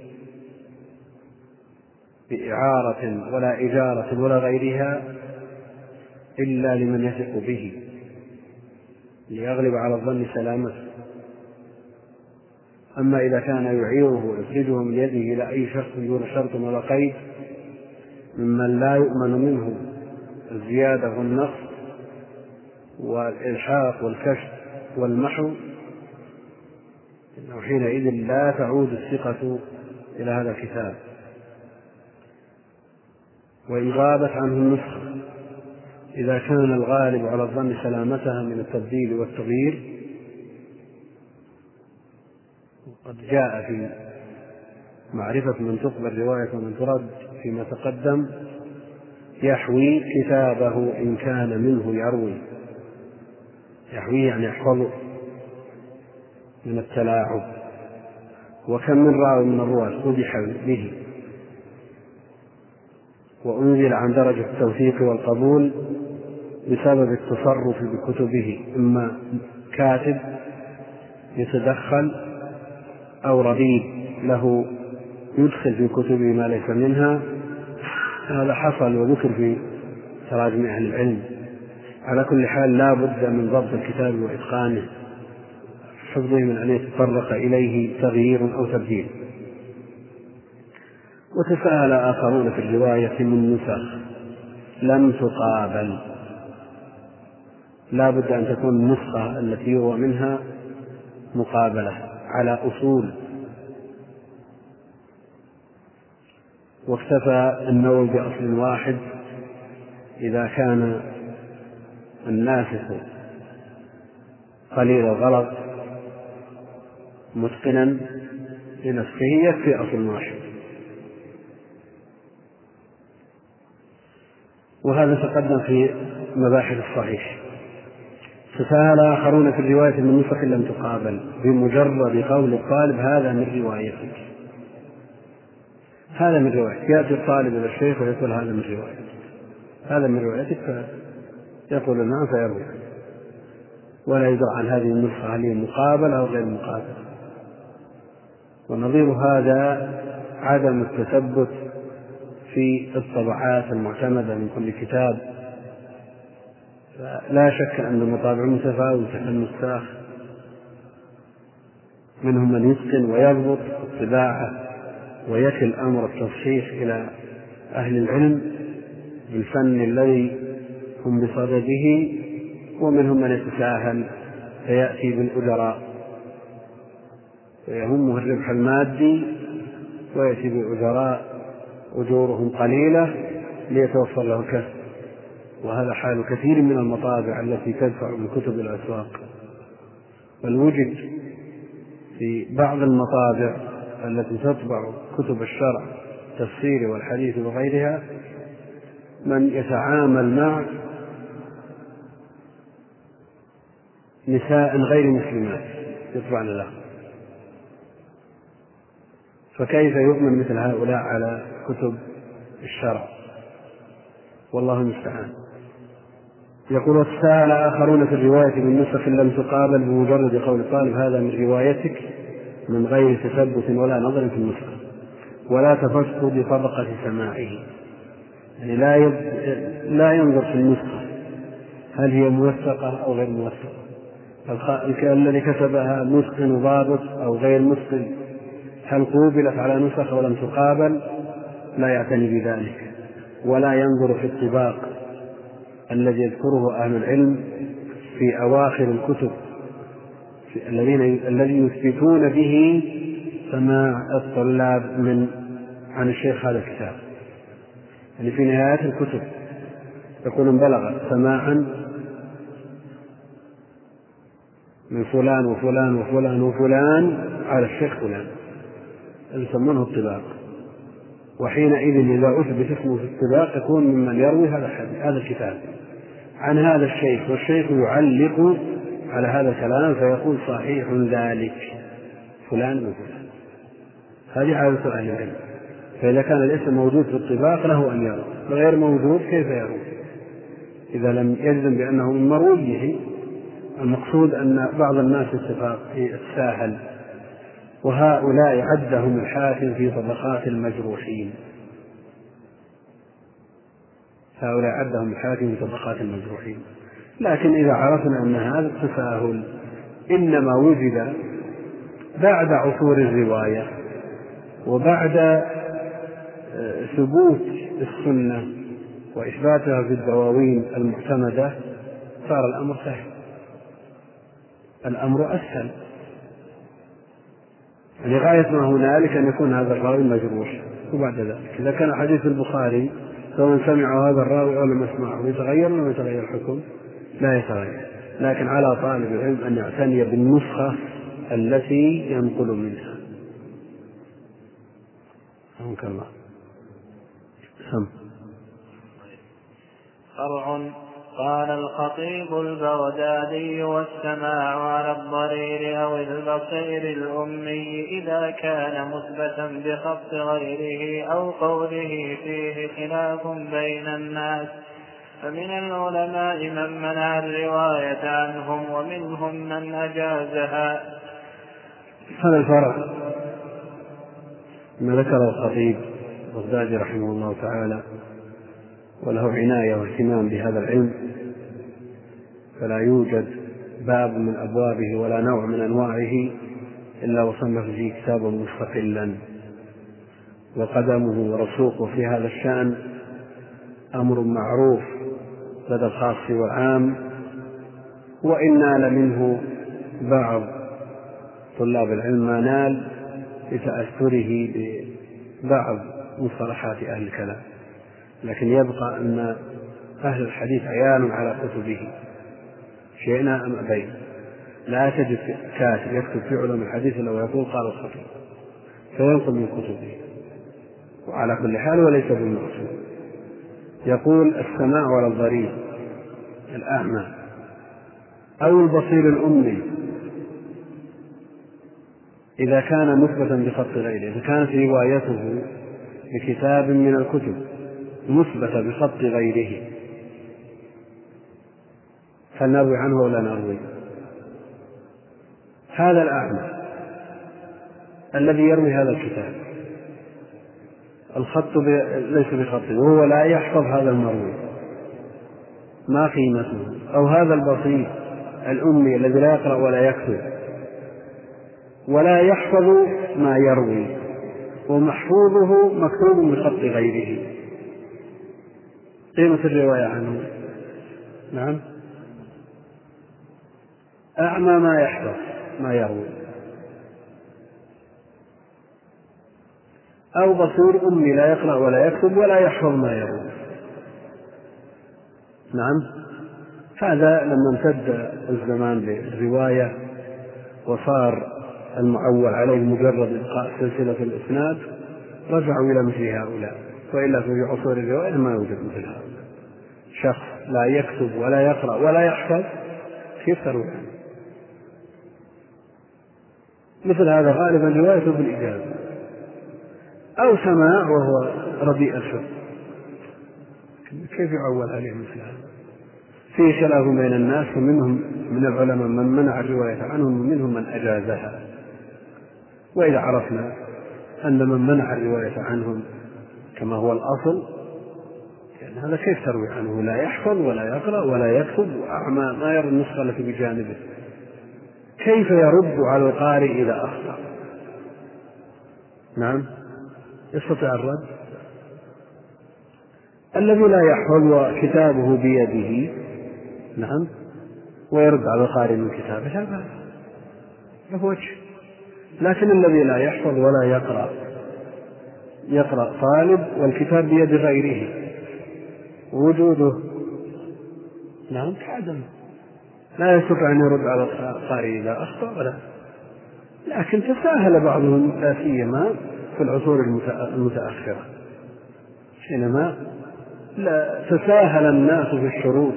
بإعارة ولا إجارة ولا غيرها إلا لمن يثق به ليغلب على الظن سلامته. أما إذا كان يعيره ويخرجه من يده إلى أي شخص دون شرط ولا قيد ممن لا يؤمن منه الزيادة والنقص والإلحاق والكشف والمحو، إنه حينئذ لا تعود الثقة إلى هذا الكتاب. وإن غابت عنه النسخة، إذا كان الغالب على الظن سلامتها من التبديل والتغيير، وقد جاء في معرفة من تقبل رواية ومن ترد فيما تقدم، يحوي كتابه إن كان منه يروي، يحويه يعني يحفظه من التلاعب. وكم من راوي من الرواة قدح به وأنزل عن درجة التوثيق والقبول بسبب التصرف بكتبه، إما كاتب يتدخل أو ربيب له يدخل في كتبه ما ليس منها. هذا حصل وذكر في تراجم أهل العلم. على كل حال لا بد من ضبط الكتاب وإتقانه، حفظه من أن يتطرق إليه تغيير أو تبديل. وتساءل آخرون في الرواية من نسخ لم تقابل، لا بد أن تكون النسخة التي يروى منها مقابلة على أصول. واكتفى النووي بأصل واحد إذا كان الناسخ قليل الغلط متقنا لنسخه يكفي أصل واحد. وهذا تقدم في مباحث الصحيح. تساهل آخرون في الرواية من نسخ لم تقابل بمجرد قول الطالب هذا من روايتك، هذا من روايتك. يأتي الطالب إلى الشيخ ويقول هذا من روايتك، هذا من روايتك، فيقول نعم فيروي، ولا يدرى عن هذه النسخة هل هي مقابلة أو غير مقابلة. ونظير هذا عدم التثبت في الطبعات المعتمدة من كل كتاب. لا شك أن المطابع متفاوتة في النساخ، منهم من يتقن ويضبط الطباعة ويكل أمر التصحيح إلى أهل العلم بالفن الذي هم بصدده، ومنهم من يتساهل فيأتي بالأجراء ويهمه الربح المادي ويأتي بالأجراء أجورهم قليلة ليتوفر له الكسب. وهذا حال كثير من المطابع التي تدفع بالكتب إلى الأسواق. بل وجد في بعض المطابع التي تطبع كتب الشرع التفسير والحديث وغيرها من يتعامل مع نساء غير مسلمات يطبعن له، فكيف يؤمن مثل هؤلاء على كتب الشرع؟ والله المستعان. يقول وتساءل آخرون في الرواية بالنسخ لم تقابل بمجرد قول الطالب هذا من روايتك من غير تثبت ولا نظر في النسخة ولا تفقد طبقة سماعه، يعني لا يب... لا ينظر في النسخة هل هي موثقة أو غير موثقة، الذي كتبها متقن ضابط أو غير متقن، هل قوبلت على نسخ ولم تقابل، لا يعتني بذلك. ولا ينظر في الطباق الذي يذكره أهل العلم في أواخر الكتب الذين الذي يثبتون به سماع الطلاب من عن الشيخ هذا الكتاب. يعني في نهاية الكتب يقولون بلغ سماعا من فلان وفلان وفلان وفلان على الشيخ فلان، يسمونه الطباق. وحينئذ إذا أثبت اسمه في الطباق يكون ممن يروي هذا هذا الكتاب عن هذا الشيخ، والشيخ يعلق على هذا الكلام فيقول صحيح ذلك فلان وفلان. هذه عادة أهل العلم. فإذا كان الاسم موجود في الطباق له أن يروي، غير موجود كيف يروي إذا لم يجزم بأنه من مرويه؟ المقصود أن بعض الناس يتساهل، وهؤلاء عدهم الحاكم في طبقات المجروحين، هؤلاء عدهم الحاكم في طبقات المجروحين. لكن إذا عرفنا أن هذا التساهل إنما وجد بعد عصور الرواية وبعد ثبوت السنة وإثباتها في الدواوين المعتمدة، صار الأمر سهل، الأمر أسهل. لغاية ما هنالك أن يكون هذا الراوي مجروح، وبعد ذلك إذا كان حديث البخاري سواء سمع هذا الراوي أو لم يسمعه يتغير ولا يتغير الحكم؟ لا يتغير. لكن على طالب العلم أن يعتني بالنسخة التي ينقل منها. رحمك الله. سم. فرع. قال الخطيب البغدادي والسماع على الضرير أو البصير الأمي إذا كان مثبتا بخط غيره أو قوله فيه خلاف بين الناس، فمن العلماء من منع الرواية عنهم ومنهم من أجازها. هذا الفرع ما ذكره الخطيب البغدادي رحمه الله تعالى، وله عناية واهتمام بهذا العلم، فلا يوجد باب من أبوابه ولا نوع من أنواعه إلا وصنف فيه كتابا مستقلا. وقدمه ورسوخه في هذا الشأن أمر معروف لدى الخاص والعام، وإن نال منه بعض طلاب العلم ما نال لتأثره ببعض مصطلحات أهل الكلام، لكن يبقى أن أهل الحديث عيال على كتبه شئنا أم أبينا. لا تجد كاتب يكتب في علم الحديث لو يقول قال الخطيب فينقل من كتبه، وعلى كل حال وليس بالمقصود. يقول السماع على الضرير الأعمى أو البصير الأمي إذا كان مثبتا بخط غيره، إذا كانت روايته بكتاب من الكتب مثبتة بخط غيره، فلنروي عنه ولا نروي؟ هذا الأعمى الذي يروي هذا الكتاب الخط ليس بخطه وهو لا يحفظ هذا المروي، ما قيمته؟ أو هذا البسيط الأمي الذي لا يقرأ ولا يكتب ولا يحفظ ما يروي ومحفوظه مكتوب بخط غيره، قيمة الرواية عنه؟ نعم، أعمى ما يحفظ ما يروي، أو بصير أمي لا يقرأ ولا يكتب ولا يحفظ ما يروي. نعم، هذا لما امتد الزمان للرواية وصار المعول عليه مجرد إبقاء سلسلة الإسناد رجعوا إلى مثل هؤلاء، وإلا في عصور الرواية ما يوجد مثل هؤلاء، شخص لا يكتب ولا يقرأ ولا يحفظ كيف تروي عنه؟ مثل هذا غالبا روايته بالإجازة أو سماع وهو رديء الحفظ، كيف يعول عليه مثل هذا؟ فيه خلاف بين الناس، ومنهم من العلماء من منع الرواية عنهم ومنهم من أجازها. وإذا عرفنا أن من منع الرواية عنهم كما هو الأصل، يعني هذا كيف تروي عنه؟ لا يحفظ ولا يقرأ ولا يكتب وأعمى ما يرى النسخة التي بجانبه، كيف يرد على القارئ إذا أخطأ؟ نعم، يستطيع الرد؟ الذي لا يحفظ وكتابه بيده نعم ويرد على القارئ من كتابه لا بأس، له وجه. لكن الذي لا يحفظ ولا يقرأ، يقرأ طالب والكتاب بيد غيره وجوده نعم كعدم، لا يستطيع أن يرد على القارئ إذا أخطأ ولا. لكن تساهل بعضهم لا سيما في العصور المتأخرة حينما لا تساهل الناس في الشروط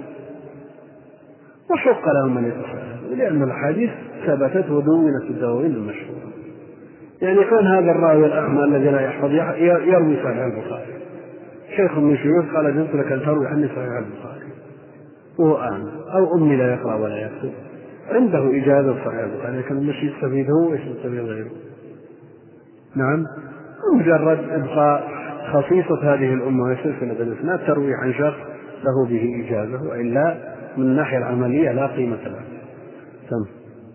وحق لهم أن يتساهلوا، لأن الحديث ثبتت ودونت الدواوين المشهورة. يعني كان هذا الراوي الأعمى الذي لا يحفظ يروي صحيح البخاري، شيخ من شيوخ قال جئت لك أن تروي عني صحيح البخاري وهو أعمى، أو أمي لا يقرأ ولا يكتب، عنده إجازة صحيح البخاري لكن مش يستفيد هو ويش يستفيد غيره. نعم، مجرد إبقاء خصيصة هذه الأمة وسلسلة الإسناد تروي عن شخص له به إجازة، وإلا من الناحية العملية لا قيمة له. تم.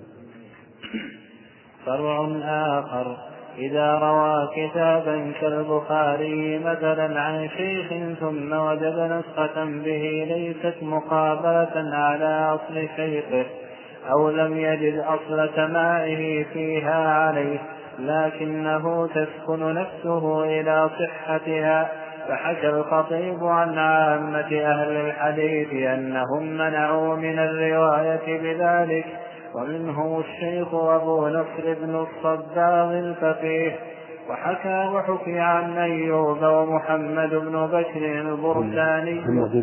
فرع آخر: إذا روى كتابا كالبخاري مثلا عن شيخ ثم وجد نسخة به ليست مقابلة على أصل شيخه، أو لم يجد أصل سماعه فيها عليه لكنه تسكن نفسه إلى صحتها، فحكى الخطيب عن عامة أهل الحديث أنهم منعوا من الرواية بذلك، ومنهم الشيخ أبو نصر بن الصباغ الفقيه. وحكى وحكي عن أيوب ومحمد بن بكر البرساني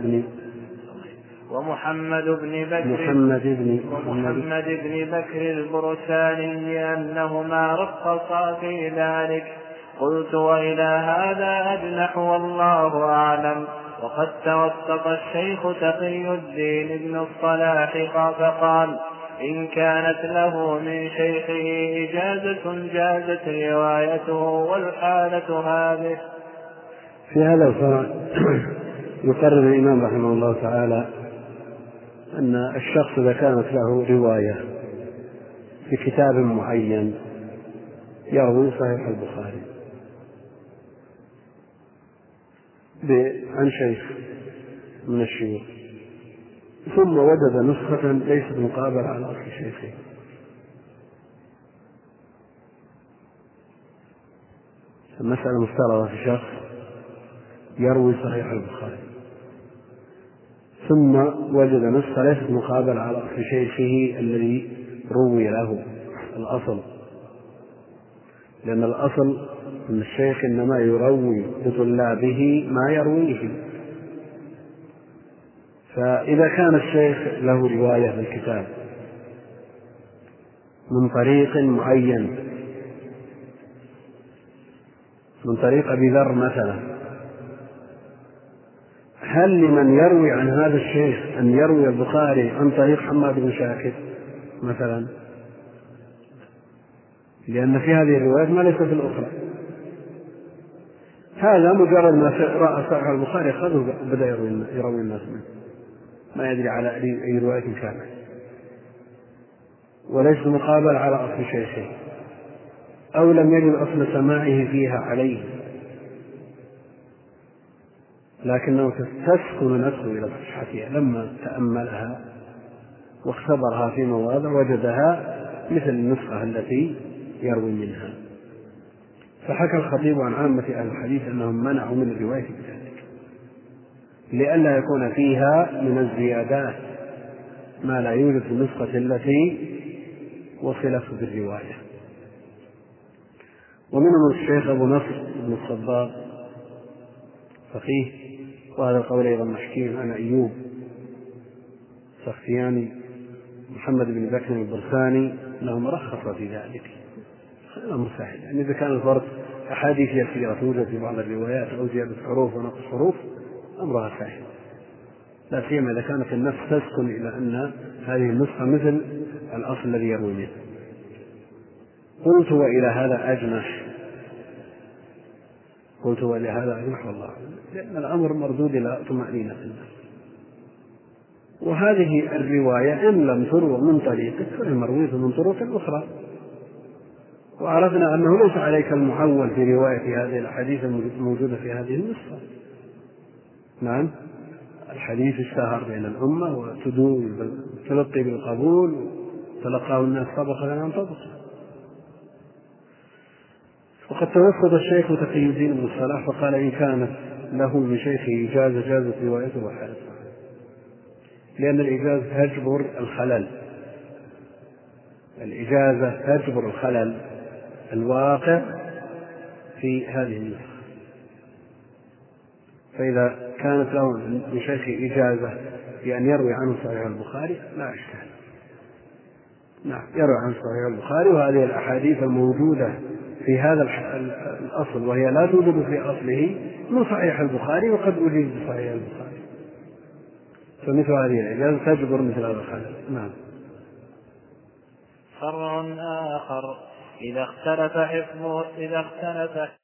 ومحمد بن بكر محمد بن ومحمد بن بكر البرساني أنهما رخصا في ذلك. قلت: وإلى هذا أجنح والله أعلم. وقد توسط الشيخ تقي الدين بن الصلاح فقال: إن كانت له من شيخه إجازة جازت روايته والحالة هذه. في هذا الفرع يقرر الإمام رحمه الله تعالى أن الشخص إذا كانت له رواية في كتاب معين يروي صحيح البخاري عن شيخ من الشيوخ ثم وجد نسخة ليست مقابلة على أصل شيخه، المسألة مفترضة في شخص يروي صحيح البخاري ثم وجد نسخة ليست مقابلة على أصل شيخه الذي روي له الأصل، لأن الأصل أن الشيخ إنما يروي لطلابه ما يرويه، فإذا كان الشيخ له رواية في الكتاب من طريق معين من طريق أبي ذر مثلا، هل لمن يروي عن هذا الشيخ أن يروي البخاري عن طريق حماد بن شاكر مثلا؟ لأن في هذه الروايات ما ليس في الأخرى. هذا مجرد ما رأى صحيح البخاري خذه بدأ يروي الناس منه، ما يدري على أي رواية كانت، وليس مقابل على أصل شيخه، أو لم يجد أصل سماعه فيها عليه، لكنه تسكن نفسه إلى صحتها لما تأملها واختبرها في مواضع وجدها مثل النسخة التي يروي منها. فحكى الخطيب عن عامة أهل الحديث أنهم منعوا من الرواية بذلك لئلا يكون فيها من الزيادات ما لا يوجد في النسخة التي وصلته بالرواية. ومنهم الشيخ أبو نصر بن الصباغ فقيه، وهذا القول أيضا محكي عن أيوب سختياني محمد بن بكر البرساني لهم رخص في ذلك. الأمر سهل، يعني إذا كان الفرق أحاديث يسيرة توجد في بعض الروايات أو زيادة حروف ونقص حروف أمرها سهل، لا سيما إذا كانت النفس تسكن إلى أن هذه النسخة مثل الأصل الذي يروي منه. قلت وإلى هذا أجنح قلت وإلى هذا أجنح والله، لأن الأمر مردود إلى طمأنينة النفس. وهذه الرواية إن لم تروى من طريقه فالمروية من طرق أخرى، وعرفنا أنه ليس عليك المعول في رواية هذه الأحاديث الموجودة في هذه النسخة. نعم، الحديث اشتهر بين الأمة وتلقي بالقبول تلقاه الناس طبقة عن طبقة. وقد توسط الشيخ تقي الدين بن الصلاح فقال إن كانت له من شيخه إجازة جازت روايته وحالته، لأن الإجازة تجبر الخلل الإجازة تجبر الخلل الواقع في هذه النسخة. فإذا كانت له من شيخه إجازة بأن يروي عنه صحيح البخاري لا إشكال، نعم يروي عنه صحيح البخاري وهذه الأحاديث الموجودة في هذا الأصل وهي لا توجد في أصله من صحيح البخاري وقد أجيز بصحيح البخاري، فمثل هذه الإجازة تجبر مثل هذا الخلل. نعم. فرع آخر إذا اختلف حفظه إذا اختلف